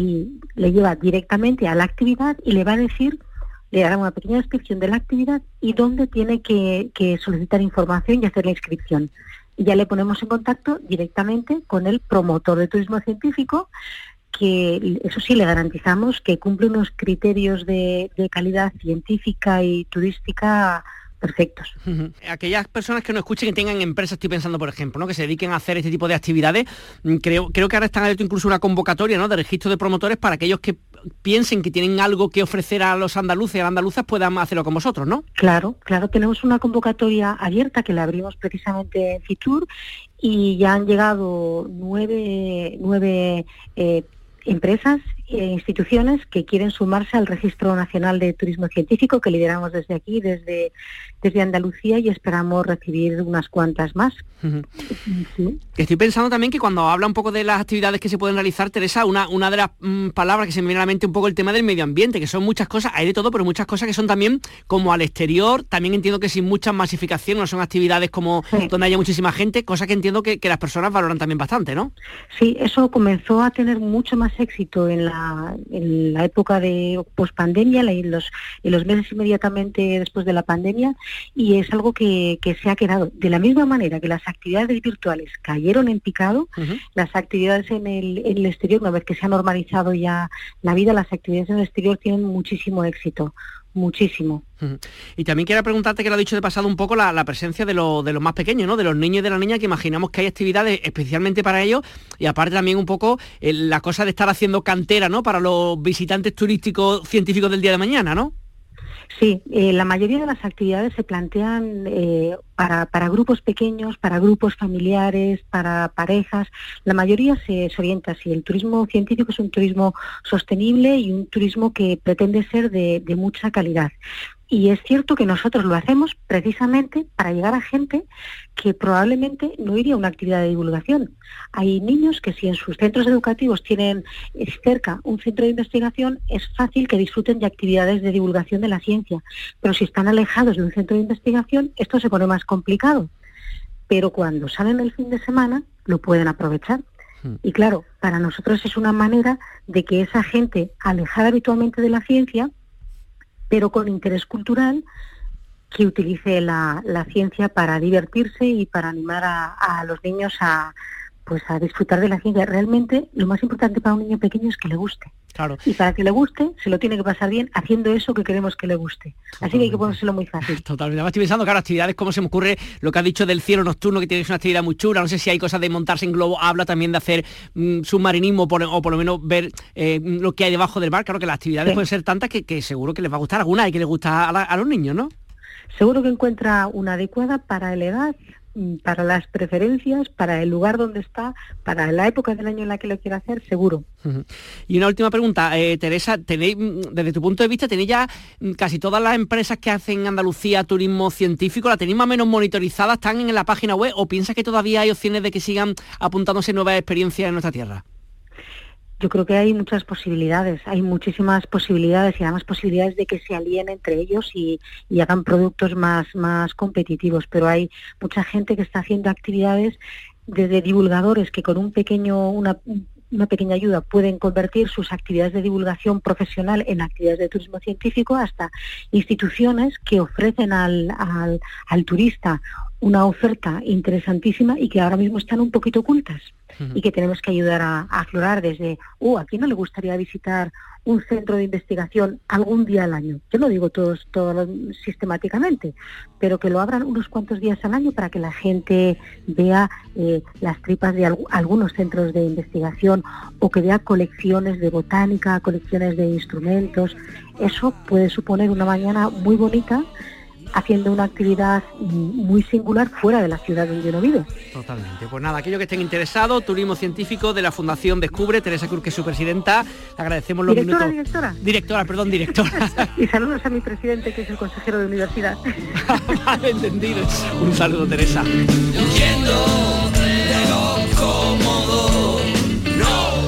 y le lleva directamente a la actividad y le va a decir, le dará una pequeña descripción de la actividad y dónde tiene que, que solicitar información y hacer la inscripción. y ya le ponemos en contacto directamente con el promotor de turismo científico, que eso sí le garantizamos que cumple unos criterios de, de calidad científica y turística perfectos. Uh-huh. Aquellas personas que nos escuchen, que tengan empresas, estoy pensando, por ejemplo, ¿no?, que se dediquen a hacer este tipo de actividades, creo, creo que ahora están abierto incluso una convocatoria, ¿no?, de registro de promotores para aquellos que piensen que tienen algo que ofrecer a los andaluces y a las andaluzas, puedan hacerlo con vosotros, ¿no? Claro, claro, tenemos una convocatoria abierta que la abrimos precisamente en Fitur y ya han llegado nueve, nueve eh, empresas e instituciones que quieren sumarse al Registro Nacional de Turismo Científico, que lideramos desde aquí, desde, desde Andalucía, y esperamos recibir unas cuantas más. Uh-huh. Sí. Estoy pensando también que cuando habla un poco de las actividades que se pueden realizar, Teresa, una, una de las mmm, palabras que se me viene a la mente un poco el tema del medio ambiente, que son muchas cosas, hay de todo, pero muchas cosas que son también como al exterior, también entiendo que sin mucha masificación, no son actividades como sí. donde haya muchísima gente, cosa que entiendo que, que las personas valoran también bastante, ¿no? Sí, eso comenzó a tener mucho más éxito en la en la época de pospandemia, en los, en los meses inmediatamente después de la pandemia, y es algo que, que se ha quedado. De la misma manera que las actividades virtuales cayeron en picado, uh-huh. las actividades en el, en el exterior, una vez que se ha normalizado ya la vida, las actividades en el exterior tienen muchísimo éxito. Muchísimo. Uh-huh. Y también quiero preguntarte, que lo ha dicho de pasado un poco, la, la presencia de, lo, de los más pequeños, ¿no?, de los niños y de las niñas, que imaginamos que hay actividades especialmente para ellos, y aparte también un poco eh, la cosa de estar haciendo cantera, ¿no?, para los visitantes turísticos científicos del día de mañana, ¿no? Sí, eh, la mayoría de las actividades se plantean eh, para, para grupos pequeños, para grupos familiares, para parejas. La mayoría se, se orienta así. El turismo científico es un turismo sostenible y un turismo que pretende ser de, de mucha calidad. Y es cierto que nosotros lo hacemos precisamente para llegar a gente que probablemente no iría a una actividad de divulgación. Hay niños que si en sus centros educativos tienen cerca un centro de investigación, es fácil que disfruten de actividades de divulgación de la ciencia. Pero si están alejados de un centro de investigación, esto se pone más complicado. Pero cuando salen el fin de semana, lo pueden aprovechar. Y claro, para nosotros es una manera de que esa gente alejada habitualmente de la ciencia, pero con interés cultural, que utilice la, la ciencia para divertirse y para animar a, a los niños a, pues a disfrutar de la ciencia. Realmente lo más importante para un niño pequeño es que le guste. Claro. Y para que le guste, se lo tiene que pasar bien haciendo eso que queremos que le guste. Totalmente. Así que hay que ponérselo muy fácil. Totalmente. Además estoy pensando, claro, actividades como se me ocurre lo que has dicho del cielo nocturno, que tienes una actividad muy chula. No sé si hay cosas de montarse en globo. Habla también de hacer mmm, submarinismo por, o por lo menos ver eh, lo que hay debajo del mar. Claro que las actividades sí. pueden ser tantas que, que seguro que les va a gustar alguna y que les gusta a, la, a los niños, ¿no? Seguro que encuentra una adecuada para la edad, para las preferencias, para el lugar donde está, para la época del año en la que lo quiera hacer, seguro. Uh-huh. Y una última pregunta, eh, Teresa, tenéis, desde tu punto de vista, tenéis ya casi todas las empresas que hacen en Andalucía turismo científico, ¿la tenéis más o menos monitorizada, están en la página web, o piensas que todavía hay opciones de que sigan apuntándose nuevas experiencias en nuestra tierra? Yo creo que hay muchas posibilidades, hay muchísimas posibilidades y además posibilidades de que se alíen entre ellos y, y hagan productos más, más competitivos, pero hay mucha gente que está haciendo actividades desde divulgadores que con un pequeño, una, una pequeña ayuda pueden convertir sus actividades de divulgación profesional en actividades de turismo científico, hasta instituciones que ofrecen al, al, al turista una oferta interesantísima y que ahora mismo están un poquito ocultas uh-huh. y que tenemos que ayudar a, a aflorar desde, oh, ¿a quién no le gustaría visitar un centro de investigación algún día al año? Yo no digo todos, todos sistemáticamente, pero que lo abran unos cuantos días al año para que la gente vea eh, las tripas de al, algunos centros de investigación, o que vea colecciones de botánica, colecciones de instrumentos. Eso puede suponer una mañana muy bonita, haciendo una actividad muy singular fuera de la ciudad donde uno vive. Totalmente. Pues nada, aquellos que estén interesados, turismo científico de la Fundación Descubre, Teresa Cruz, que es su presidenta, le agradecemos los ¿Directora, minutos. Directora, directora. perdón, directora. Y saludos a mi presidente, que es el consejero de universidad. Vale, entendido. Un saludo, Teresa. Yendo de lo cómodo, no.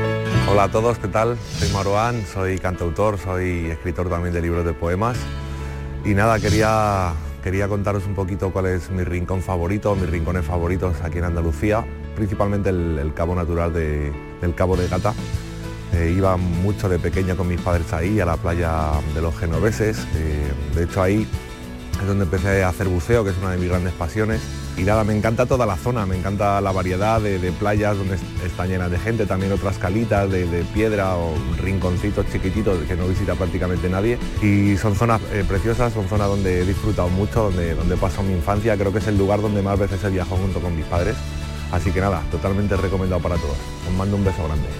Hola a todos, ¿qué tal? Soy Maruán, soy cantautor, soy escritor también de libros de poemas Y nada, quería, quería contaros un poquito cuál es mi rincón favorito, mis rincones favoritos aquí en Andalucía, principalmente el, el Cabo Natural de, del Cabo de Gata. Eh, iba mucho de pequeño con mis padres ahí, a la playa de los genoveses. Eh, de hecho ahí es donde empecé a hacer buceo, que es una de mis grandes pasiones. Y nada, me encanta toda la zona, me encanta la variedad de, de playas donde están llenas de gente, también otras calitas de, de piedra o rinconcitos chiquititos que no visita prácticamente nadie. Y son zonas eh, preciosas, son zonas donde he disfrutado mucho, donde, donde he pasado mi infancia. Creo que es el lugar donde más veces he viajado junto con mis padres. Así que nada, totalmente recomendado para todos. Os mando un beso grande.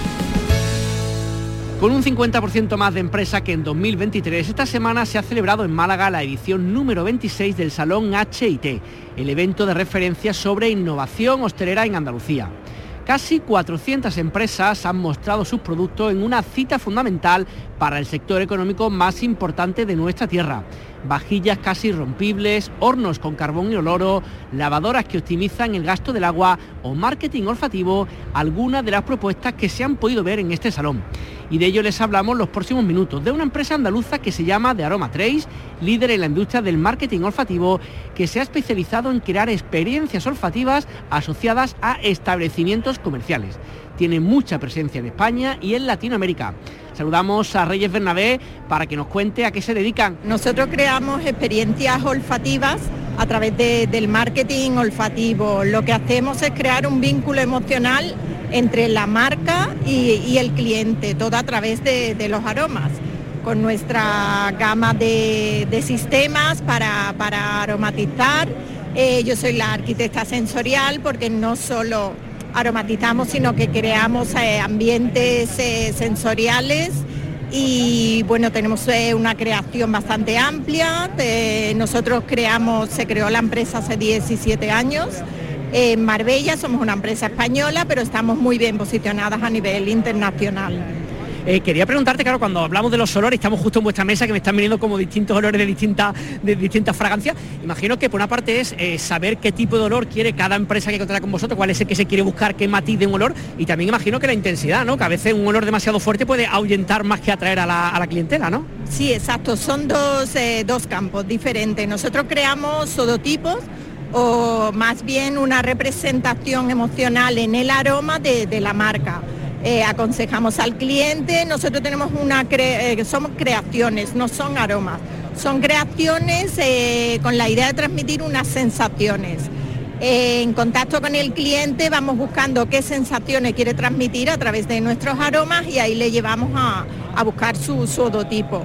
Con un cincuenta por ciento más de empresa que en dos mil veintitrés, esta semana se ha celebrado en Málaga la edición número veintiséis del Salón H I T, el evento de referencia sobre innovación hostelera en Andalucía. Casi cuatrocientas empresas han mostrado sus productos en una cita fundamental para el sector económico más importante de nuestra tierra. Vajillas casi irrompibles, hornos con carbón y oloro, lavadoras que optimizan el gasto del agua o marketing olfativo, algunas de las propuestas que se han podido ver en este salón. Y de ello les hablamos los próximos minutos, de una empresa andaluza que se llama The Aroma Trace, líder en la industria del marketing olfativo, que se ha especializado en crear experiencias olfativas asociadas a establecimientos comerciales. Tiene mucha presencia en España y en Latinoamérica. Saludamos a Reyes Bernabé para que nos cuente a qué se dedican. Nosotros creamos experiencias olfativas a través de, del marketing olfativo. Lo que hacemos es crear un vínculo emocional entre la marca y, y el cliente, todo a través de, de los aromas, con nuestra gama de, de sistemas para, para aromatizar. Eh, yo soy la arquitecta sensorial porque no solo aromatizamos, sino que creamos eh, ambientes eh, sensoriales y bueno, tenemos eh, una creación bastante amplia. Eh, nosotros creamos, se creó la empresa hace diecisiete años. En Marbella somos una empresa española, pero estamos muy bien posicionadas a nivel internacional. Eh, quería preguntarte, claro, cuando hablamos de los olores, estamos justo en vuestra mesa, que me están viniendo como distintos olores de distintas de distintas fragancias. Imagino que por una parte es eh, saber qué tipo de olor quiere cada empresa que contrata con vosotros, cuál es el que se quiere buscar, qué matiz de un olor, y también imagino que la intensidad, ¿no? Que a veces un olor demasiado fuerte puede ahuyentar más que atraer a la, a la clientela, ¿no? Sí, exacto, son dos, eh, dos campos diferentes. Nosotros creamos odotipos, o más bien una representación emocional en el aroma de, de la marca. Eh, aconsejamos al cliente, nosotros tenemos una cre eh, somos creaciones, no son aromas, son creaciones eh, con la idea de transmitir unas sensaciones. Eh, en contacto con el cliente vamos buscando qué sensaciones quiere transmitir a través de nuestros aromas y ahí le llevamos a, a buscar su, su odotipo.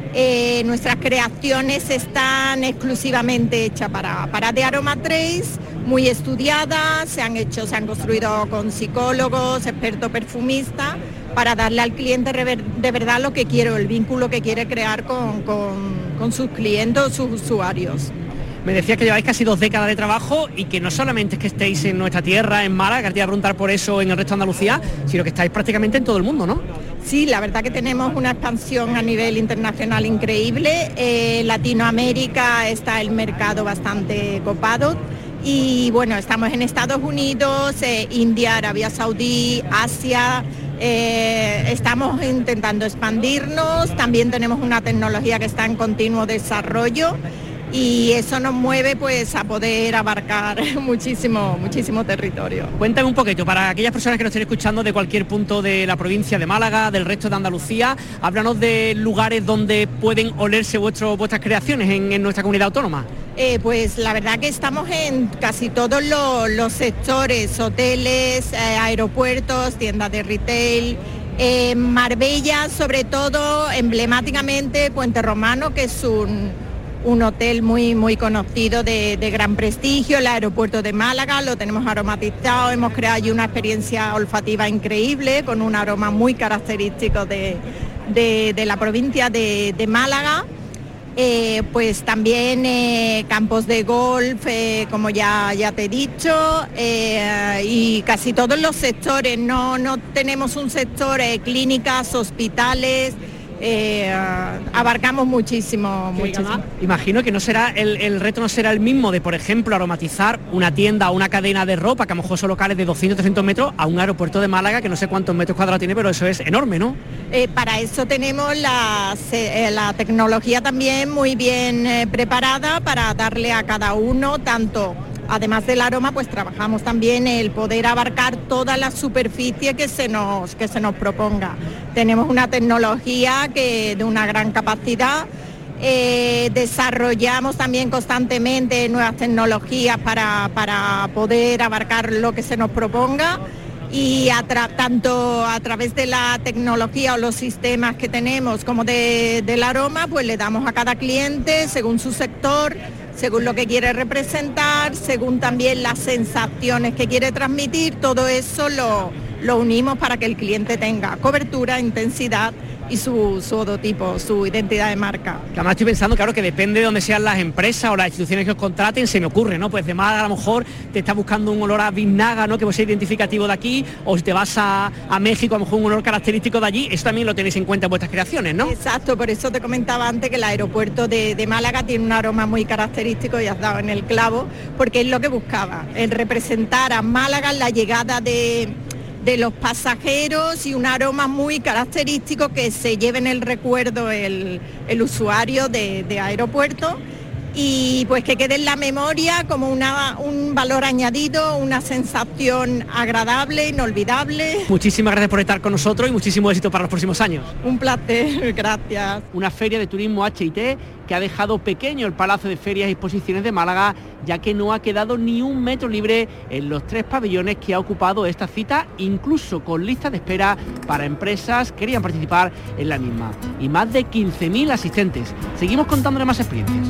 Eh, nuestras creaciones están exclusivamente hechas para, para The Aroma Trace, muy estudiadas, se han hecho, se han construido con psicólogos, expertos perfumistas, para darle al cliente de verdad lo que quiere, el vínculo que quiere crear con, con, con sus clientes, sus usuarios. Me decías que lleváis casi dos décadas de trabajo y que no solamente es que estéis en nuestra tierra, en Málaga, que te iba a preguntar por eso en el resto de Andalucía, sino que estáis prácticamente en todo el mundo, ¿no? Sí, la verdad que tenemos una expansión a nivel internacional increíble. Eh, Latinoamérica está el mercado bastante copado y bueno, estamos en Estados Unidos, eh, India, Arabia Saudí, Asia. Eh, estamos intentando expandirnos, también tenemos una tecnología que está en continuo desarrollo. Y eso nos mueve pues a poder abarcar muchísimo, muchísimo territorio. Cuéntame un poquito, para aquellas personas que nos estén escuchando de cualquier punto de la provincia de Málaga, del resto de Andalucía, háblanos de lugares donde pueden olerse vuestro, vuestras creaciones en, en nuestra comunidad autónoma. Eh, pues la verdad que estamos en casi todos los, los sectores, hoteles, eh, aeropuertos, tiendas de retail. En Marbella, sobre todo, emblemáticamente Puente Romano, que es un... un hotel muy muy conocido de, de gran prestigio, el aeropuerto de Málaga, lo tenemos aromatizado, hemos creado allí una experiencia olfativa increíble con un aroma muy característico de, de, de la provincia de, de Málaga. Eh, pues también eh, campos de golf, eh, como ya, ya te he dicho, eh, y casi todos los sectores, no, no tenemos un sector, eh, clínicas, hospitales, eh, abarcamos muchísimo, Sí, muchísimo. además, imagino que no será el, el reto no será el mismo de, por ejemplo, aromatizar una tienda o una cadena de ropa, que a lo mejor son locales de doscientos, trescientos metros, a un aeropuerto de Málaga, que no sé cuántos metros cuadrados tiene, pero eso es enorme, ¿no? Eh, para eso tenemos la, se- eh, la tecnología también muy bien eh, preparada para darle a cada uno, tanto, además del aroma, pues trabajamos también el poder abarcar toda la superficie que se nos, que se nos proponga. Tenemos una tecnología que de una gran capacidad. Eh, desarrollamos también constantemente nuevas tecnologías para, para poder abarcar lo que se nos proponga y a tra- tanto a través de la tecnología o los sistemas que tenemos como de- del aroma, pues le damos a cada cliente según su sector, según lo que quiere representar, según también las sensaciones que quiere transmitir, todo eso lo, lo unimos para que el cliente tenga cobertura, intensidad y su, su odotipo, su identidad de marca. Que además estoy pensando, claro, que depende de dónde sean las empresas o las instituciones que os contraten, se me ocurre, ¿no? Pues de Málaga a lo mejor te está buscando un olor a biznaga, ¿no? Que puede ser identificativo de aquí, o si te vas a, a México, a lo mejor un olor característico de allí, eso también lo tenéis en cuenta en vuestras creaciones, ¿no? Exacto, por eso te comentaba antes que el aeropuerto de, de Málaga tiene un aroma muy característico y has dado en el clavo, porque es lo que buscaba, el representar a Málaga en la llegada de... de los pasajeros y un aroma muy característico que se lleve en el recuerdo el, el usuario de, de aeropuerto y pues que quede en la memoria como una, un valor añadido, una sensación agradable, inolvidable. Muchísimas gracias por estar con nosotros y muchísimo éxito para los próximos años. Un placer, gracias. Una feria de turismo H I T que ha dejado pequeño el Palacio de Ferias y Exposiciones de Málaga, ya que no ha quedado ni un metro libre en los tres pabellones que ha ocupado esta cita, incluso con lista de espera para empresas que querían participar en la misma. Y más de quince mil asistentes. Seguimos contándole más experiencias.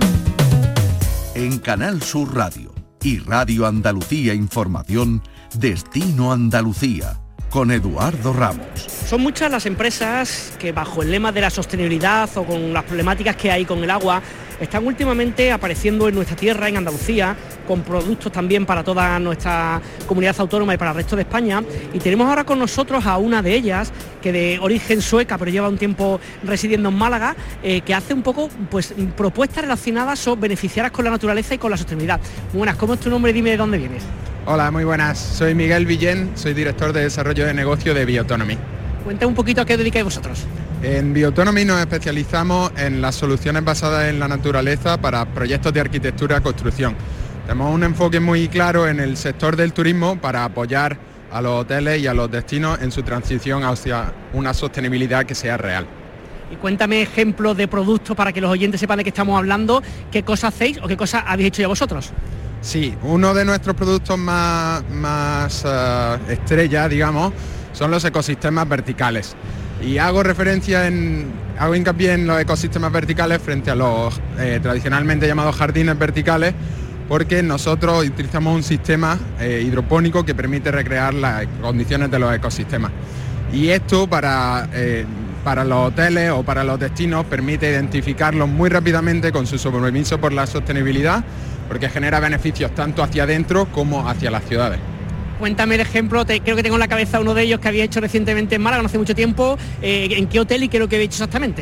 En Canal Sur Radio y Radio Andalucía Información, Destino Andalucía, con Eduardo Ramos. Son muchas las empresas que bajo el lema de la sostenibilidad o con las problemáticas que hay con el agua, están últimamente apareciendo en nuestra tierra, en Andalucía, con productos también para toda nuestra comunidad autónoma y para el resto de España. Y tenemos ahora con nosotros a una de ellas, que de origen sueca, pero lleva un tiempo residiendo en Málaga, eh, que hace un poco pues propuestas relacionadas o beneficiadas con la naturaleza y con la sostenibilidad. Muy buenas, ¿cómo es tu nombre? Dime de dónde vienes. Hola, muy buenas. Soy Miguel Villén, soy director de desarrollo de negocio de Bioautonomy. Cuenta un poquito a qué os dedicáis vosotros. En Bioautonomy nos especializamos en las soluciones basadas en la naturaleza para proyectos de arquitectura y construcción. Tenemos un enfoque muy claro en el sector del turismo para apoyar a los hoteles y a los destinos en su transición hacia una sostenibilidad que sea real. Y cuéntame ejemplos de productos para que los oyentes sepan de qué estamos hablando, qué cosas hacéis o qué cosas habéis hecho ya vosotros. Sí, uno de nuestros productos más, más uh, estrella, digamos, son los ecosistemas verticales. Y hago referencia en, hago hincapié en los ecosistemas verticales frente a los eh, tradicionalmente llamados jardines verticales, porque nosotros utilizamos un sistema eh, hidropónico que permite recrear las condiciones de los ecosistemas. Y esto para, eh, para los hoteles o para los destinos permite identificarlos muy rápidamente con su compromiso por la sostenibilidad, porque genera beneficios tanto hacia adentro como hacia las ciudades. Cuéntame el ejemplo, te, creo que tengo en la cabeza uno de ellos que había hecho recientemente en Málaga, no hace mucho tiempo. Eh, ¿En qué hotel y qué es lo que había hecho exactamente?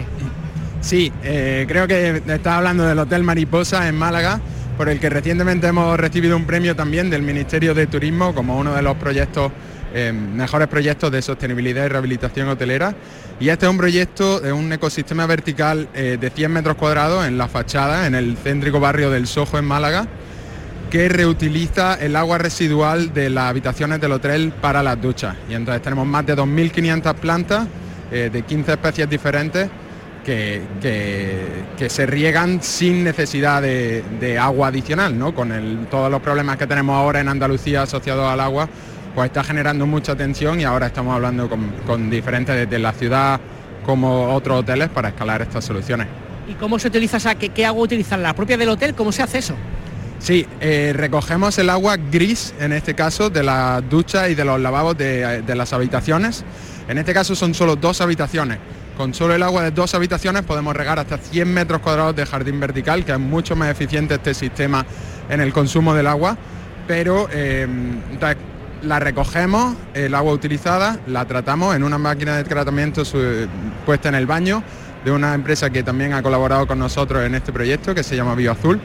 Sí, eh, creo que estás hablando del Hotel Mariposa en Málaga, por el que recientemente hemos recibido un premio también del Ministerio de Turismo como uno de los proyectos, eh, mejores proyectos de sostenibilidad y rehabilitación hotelera. Y este es un proyecto de un ecosistema vertical eh, de cien metros cuadrados en la fachada, en el céntrico barrio del Sojo en Málaga, que reutiliza el agua residual de las habitaciones del hotel para las duchas. Y entonces tenemos más de dos mil quinientas plantas eh, de quince especies diferentes que, que, que se riegan sin necesidad de, de agua adicional, ¿no? Con el, todos los problemas que tenemos ahora en Andalucía asociados al agua, pues está generando mucha atención y ahora estamos hablando con, con diferentes desde la ciudad como otros hoteles para escalar estas soluciones. ¿Y cómo se utiliza, o sea, qué, qué agua utilizan? ¿La propia del hotel? ¿Cómo se hace eso? Sí, eh, recogemos el agua gris, en este caso, de las duchas y de los lavabos de, de las habitaciones. En este caso son solo dos habitaciones. Con solo el agua de dos habitaciones podemos regar hasta cien metros cuadrados de jardín vertical, que es mucho más eficiente este sistema en el consumo del agua. Pero eh, entonces, la recogemos, el agua utilizada, la tratamos en una máquina de tratamiento puesta en el baño, de una empresa que también ha colaborado con nosotros en este proyecto, que se llama Bioazul,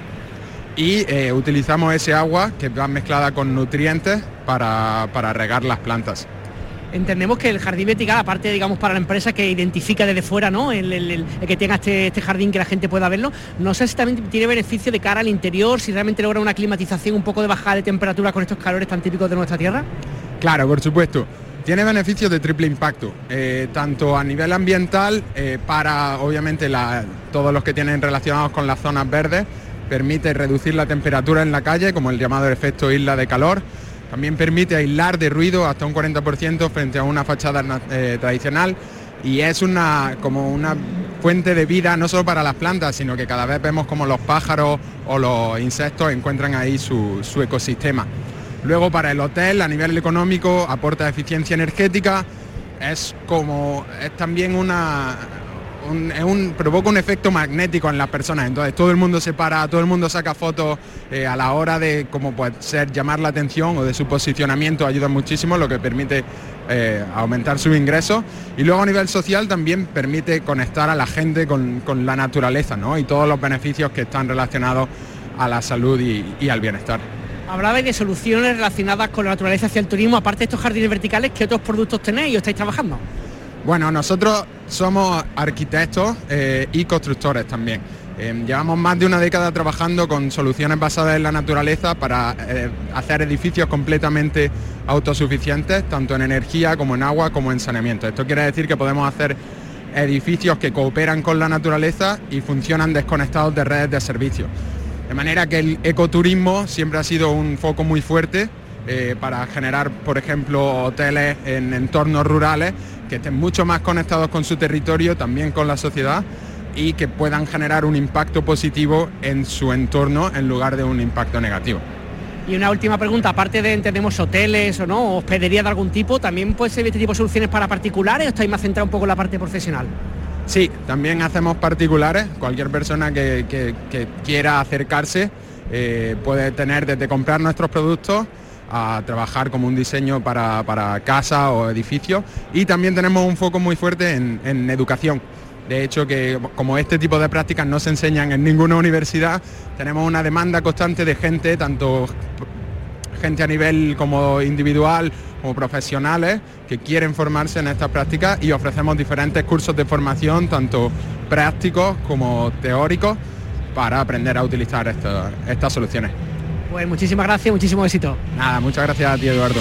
y eh, utilizamos ese agua que va mezclada con nutrientes para, para regar las plantas. Entendemos que el jardín vertical, aparte, digamos, para la empresa que identifica desde fuera, ¿no? El, el, el, el que tenga este, este jardín, que la gente pueda verlo, no sé si también tiene beneficio de cara al interior, si realmente logra una climatización, un poco de bajada de temperatura con estos calores tan típicos de nuestra tierra. Claro, por supuesto. Tiene beneficios de triple impacto, eh, tanto a nivel ambiental, eh, para obviamente la, todos los que tienen relacionados con las zonas verdes, permite reducir la temperatura en la calle, como el llamado efecto isla de calor. También permite aislar de ruido hasta un cuarenta por ciento frente a una fachada eh, tradicional, y es una, como una fuente de vida no solo para las plantas, sino que cada vez vemos como los pájaros o los insectos encuentran ahí su, su ecosistema. Luego, para el hotel, a nivel económico, aporta eficiencia energética, es como es también una... Un, un, provoca un efecto magnético en las personas, entonces todo el mundo se para, todo el mundo saca fotos eh, a la hora de como puede ser llamar la atención o de su posicionamiento, ayuda muchísimo, lo que permite eh, aumentar sus ingresos, y luego a nivel social también permite conectar a la gente con, con la naturaleza, ¿no? Y todos los beneficios que están relacionados a la salud y, y al bienestar. Hablabais de soluciones relacionadas con la naturaleza hacia el turismo, aparte de estos jardines verticales, ¿qué otros productos tenéis o estáis trabajando? Bueno, nosotros somos arquitectos eh, y constructores también. Eh, llevamos más de una década trabajando con soluciones basadas en la naturaleza para eh, hacer edificios completamente autosuficientes, tanto en energía como en agua como en saneamiento. Esto quiere decir que podemos hacer edificios que cooperan con la naturaleza y funcionan desconectados de redes de servicios. De manera que el ecoturismo siempre ha sido un foco muy fuerte eh, para generar, por ejemplo, hoteles en entornos rurales que estén mucho más conectados con su territorio, también con la sociedad, y que puedan generar un impacto positivo en su entorno en lugar de un impacto negativo. Y una última pregunta, aparte de, entendemos, hoteles o no, hospedería de algún tipo, ¿también puede ser este tipo de soluciones para particulares o estáis más centrados un poco en la parte profesional? Sí, también hacemos particulares. Cualquier persona que, que, que quiera acercarse eh, puede tener desde comprar nuestros productos a trabajar como un diseño para, para casa o edificios, y también tenemos un foco muy fuerte en, en educación. De hecho, que como este tipo de prácticas no se enseñan en ninguna universidad, tenemos una demanda constante de gente, tanto gente a nivel como individual como profesionales, que quieren formarse en estas prácticas, y ofrecemos diferentes cursos de formación, tanto prácticos como teóricos, para aprender a utilizar esto, estas soluciones. Pues muchísimas gracias, muchísimo éxito. Nada, muchas gracias a ti, Eduardo.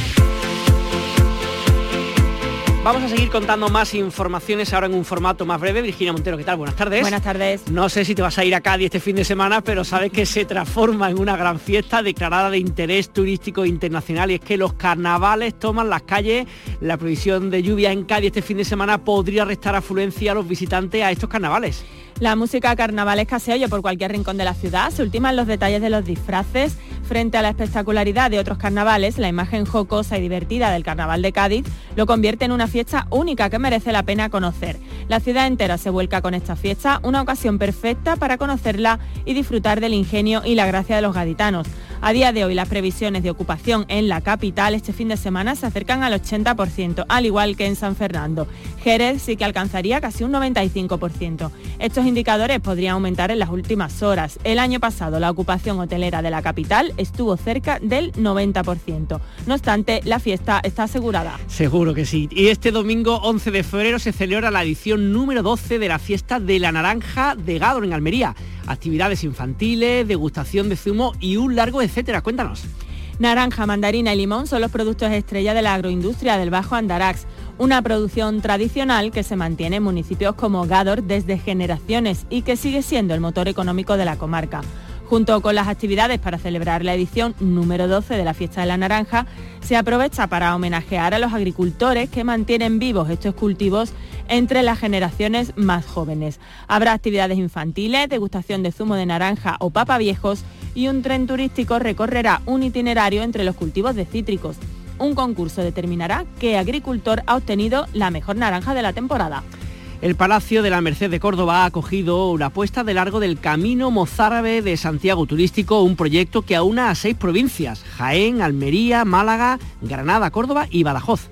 Vamos a seguir contando más informaciones ahora en un formato más breve. Virginia Montero, ¿qué tal? Buenas tardes. Buenas tardes. No sé si te vas a ir a Cádiz este fin de semana, pero sabes que se transforma en una gran fiesta declarada de interés turístico internacional, y es que los carnavales toman las calles. La previsión de lluvia en Cádiz este fin de semana podría restar afluencia a los visitantes a estos carnavales. La música carnavalesca se oye por cualquier rincón de la ciudad, se ultiman los detalles de los disfraces. Frente a la espectacularidad de otros carnavales, la imagen jocosa y divertida del Carnaval de Cádiz lo convierte en una fiesta única que merece la pena conocer. La ciudad entera se vuelca con esta fiesta, una ocasión perfecta para conocerla y disfrutar del ingenio y la gracia de los gaditanos. A día de hoy, las previsiones de ocupación en la capital este fin de semana se acercan al ochenta por ciento, al igual que en San Fernando. Jerez sí que alcanzaría casi un noventa y cinco por ciento. Estos indicadores podrían aumentar en las últimas horas. El año pasado, la ocupación hotelera de la capital estuvo cerca del noventa por ciento. No obstante, la fiesta está asegurada. Seguro que sí. Y este domingo once de febrero se celebra la edición número doce de la fiesta de la naranja de Gádor en Almería. Actividades infantiles, degustación de zumo y un largo etcétera. Cuéntanos. Naranja, mandarina y limón son los productos estrella de la agroindustria del Bajo Andarax, una producción tradicional que se mantiene en municipios como Gádor desde generaciones y que sigue siendo el motor económico de la comarca. Junto con las actividades para celebrar la edición número doce de la Fiesta de la Naranja, se aprovecha para homenajear a los agricultores que mantienen vivos estos cultivos entre las generaciones más jóvenes. Habrá actividades infantiles, degustación de zumo de naranja o papa viejos, y un tren turístico recorrerá un itinerario entre los cultivos de cítricos. Un concurso determinará qué agricultor ha obtenido la mejor naranja de la temporada. El Palacio de la Merced de Córdoba ha acogido una puesta de largo del Camino Mozárabe de Santiago Turístico, un proyecto que aúna a seis provincias: Jaén, Almería, Málaga, Granada, Córdoba y Badajoz.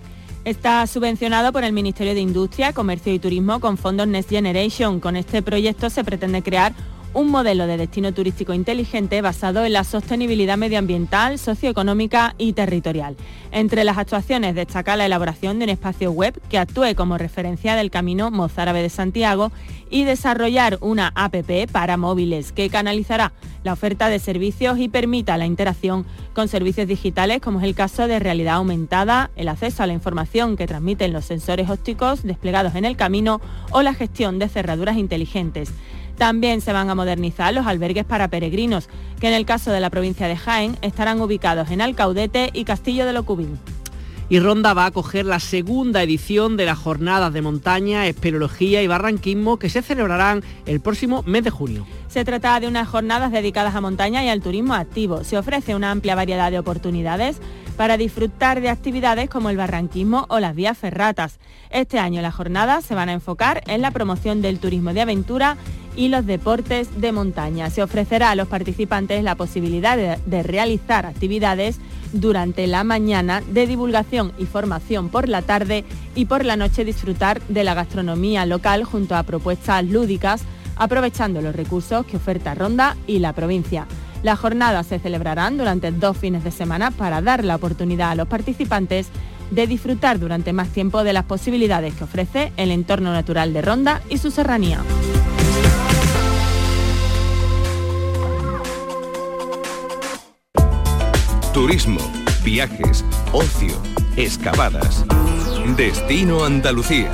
Está subvencionado por el Ministerio de Industria, Comercio y Turismo con fondos Next Generation. Con este proyecto se pretende crear un modelo de destino turístico inteligente basado en la sostenibilidad medioambiental, socioeconómica y territorial. Entre las actuaciones destaca la elaboración de un espacio web que actúe como referencia del Camino Mozárabe de Santiago y desarrollar una app para móviles que canalizará la oferta de servicios y permita la interacción con servicios digitales, como es el caso de realidad aumentada, el acceso a la información que transmiten los sensores ópticos desplegados en el camino o la gestión de cerraduras inteligentes. También se van a modernizar los albergues para peregrinos, que en el caso de la provincia de Jaén estarán ubicados en Alcaudete y Castillo de Locubín. Y Ronda va a acoger la segunda edición de las jornadas de montaña, espeleología y barranquismo que se celebrarán el próximo mes de junio. Se trata de unas jornadas dedicadas a montaña y al turismo activo. Se ofrece una amplia variedad de oportunidades para disfrutar de actividades como el barranquismo o las vías ferratas. Este año las jornadas se van a enfocar en la promoción del turismo de aventura y los deportes de montaña. Se ofrecerá a los participantes la posibilidad de, de realizar actividades durante la mañana, de divulgación y formación por la tarde, y por la noche disfrutar de la gastronomía local junto a propuestas lúdicas, aprovechando los recursos que oferta Ronda y la provincia. Las jornadas se celebrarán durante dos fines de semana para dar la oportunidad a los participantes de disfrutar durante más tiempo de las posibilidades que ofrece el entorno natural de Ronda y su serranía. Turismo, viajes, ocio, excavadas. Destino Andalucía.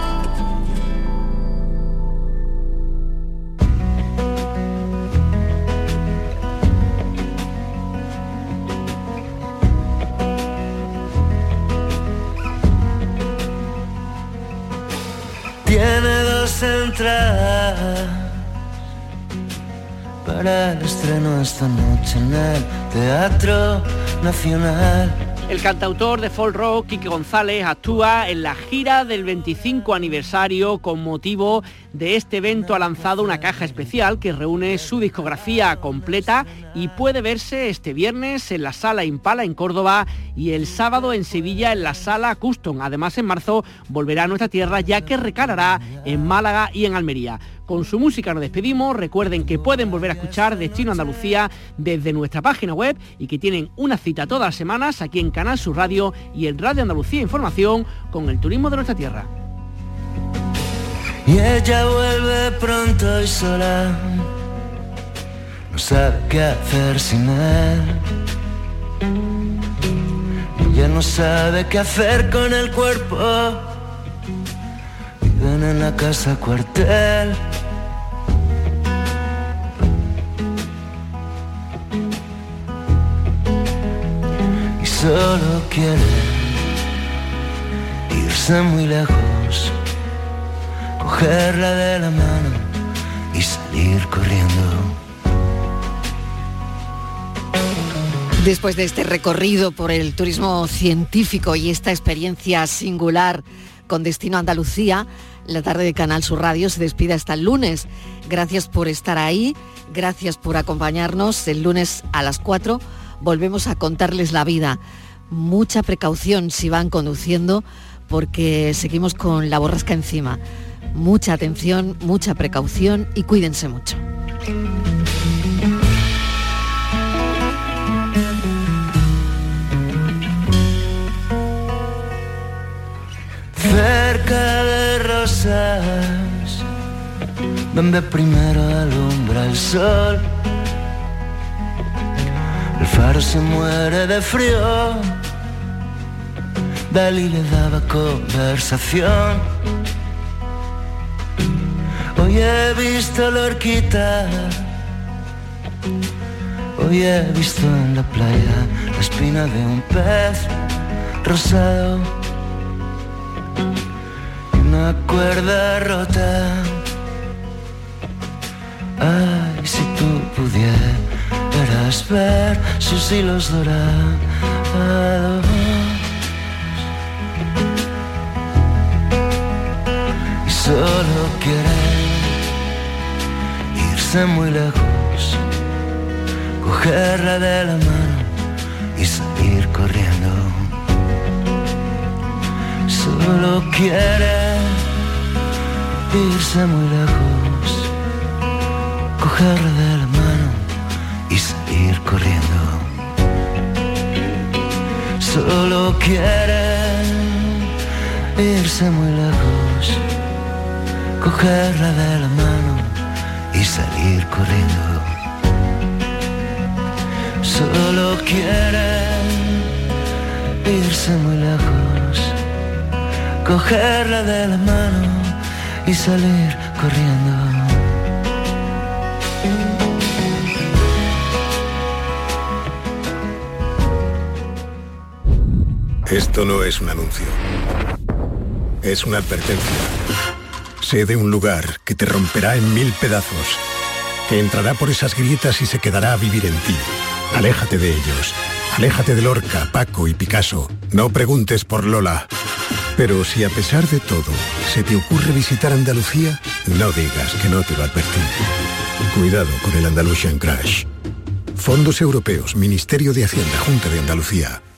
Tiene dos entradas para el estreno esta noche en el Teatro Nacional. El cantautor de folk rock Quique González actúa en la gira del veinticinco aniversario. Con motivo de este evento ha lanzado una caja especial que reúne su discografía completa y puede verse este viernes en la Sala Impala en Córdoba y el sábado en Sevilla en la Sala Custom. Además, en marzo volverá a nuestra tierra, ya que recalará en Málaga y en Almería. Con su música nos despedimos. Recuerden que pueden volver a escuchar Destino Andalucía desde nuestra página web y que tienen una cita todas las semanas aquí en Canal Sur Radio y en Radio Andalucía Información con el turismo de nuestra tierra. Y ella vuelve pronto y sola, no sabe qué hacer sin él. Ella no sabe qué hacer con el cuerpo. Viven en la casa cuartel. Y solo quiere irse muy lejos, cogerla de la mano y salir corriendo. Después de este recorrido por el turismo científico y esta experiencia singular con Destino Andalucía, la tarde de Canal Sur Radio se despide hasta el lunes. Gracias por estar ahí, gracias por acompañarnos. El lunes a las cuatro volvemos a contarles la vida. Mucha precaución si van conduciendo, porque seguimos con la borrasca encima. Mucha atención, mucha precaución y cuídense mucho. Cerca de rosas, donde primero alumbra el sol, el faro se muere de frío. Dalí le daba conversación. Hoy he visto la horquita, hoy he visto en la playa la espina de un pez rosado, una cuerda rota. Ay, si tú pudieras ver sus hilos dorados. Y solo quiere irse muy lejos, cogerla de la mano y salir corriendo. Solo quiere irse muy lejos, cogerla de la mano y salir corriendo. Solo quiere irse muy lejos, cogerla de la mano y salir corriendo. Solo quiere irse muy lejos, cogerla de la mano y salir corriendo. Esto no es un anuncio. Es una advertencia. Sé de un lugar que te romperá en mil pedazos, que entrará por esas grietas y se quedará a vivir en ti. Aléjate de ellos. Aléjate de Lorca, Paco y Picasso. No preguntes por Lola. Pero si a pesar de todo se te ocurre visitar Andalucía, no digas que no te lo advertí. Cuidado con el Andalusian Crash. Fondos Europeos, Ministerio de Hacienda, Junta de Andalucía.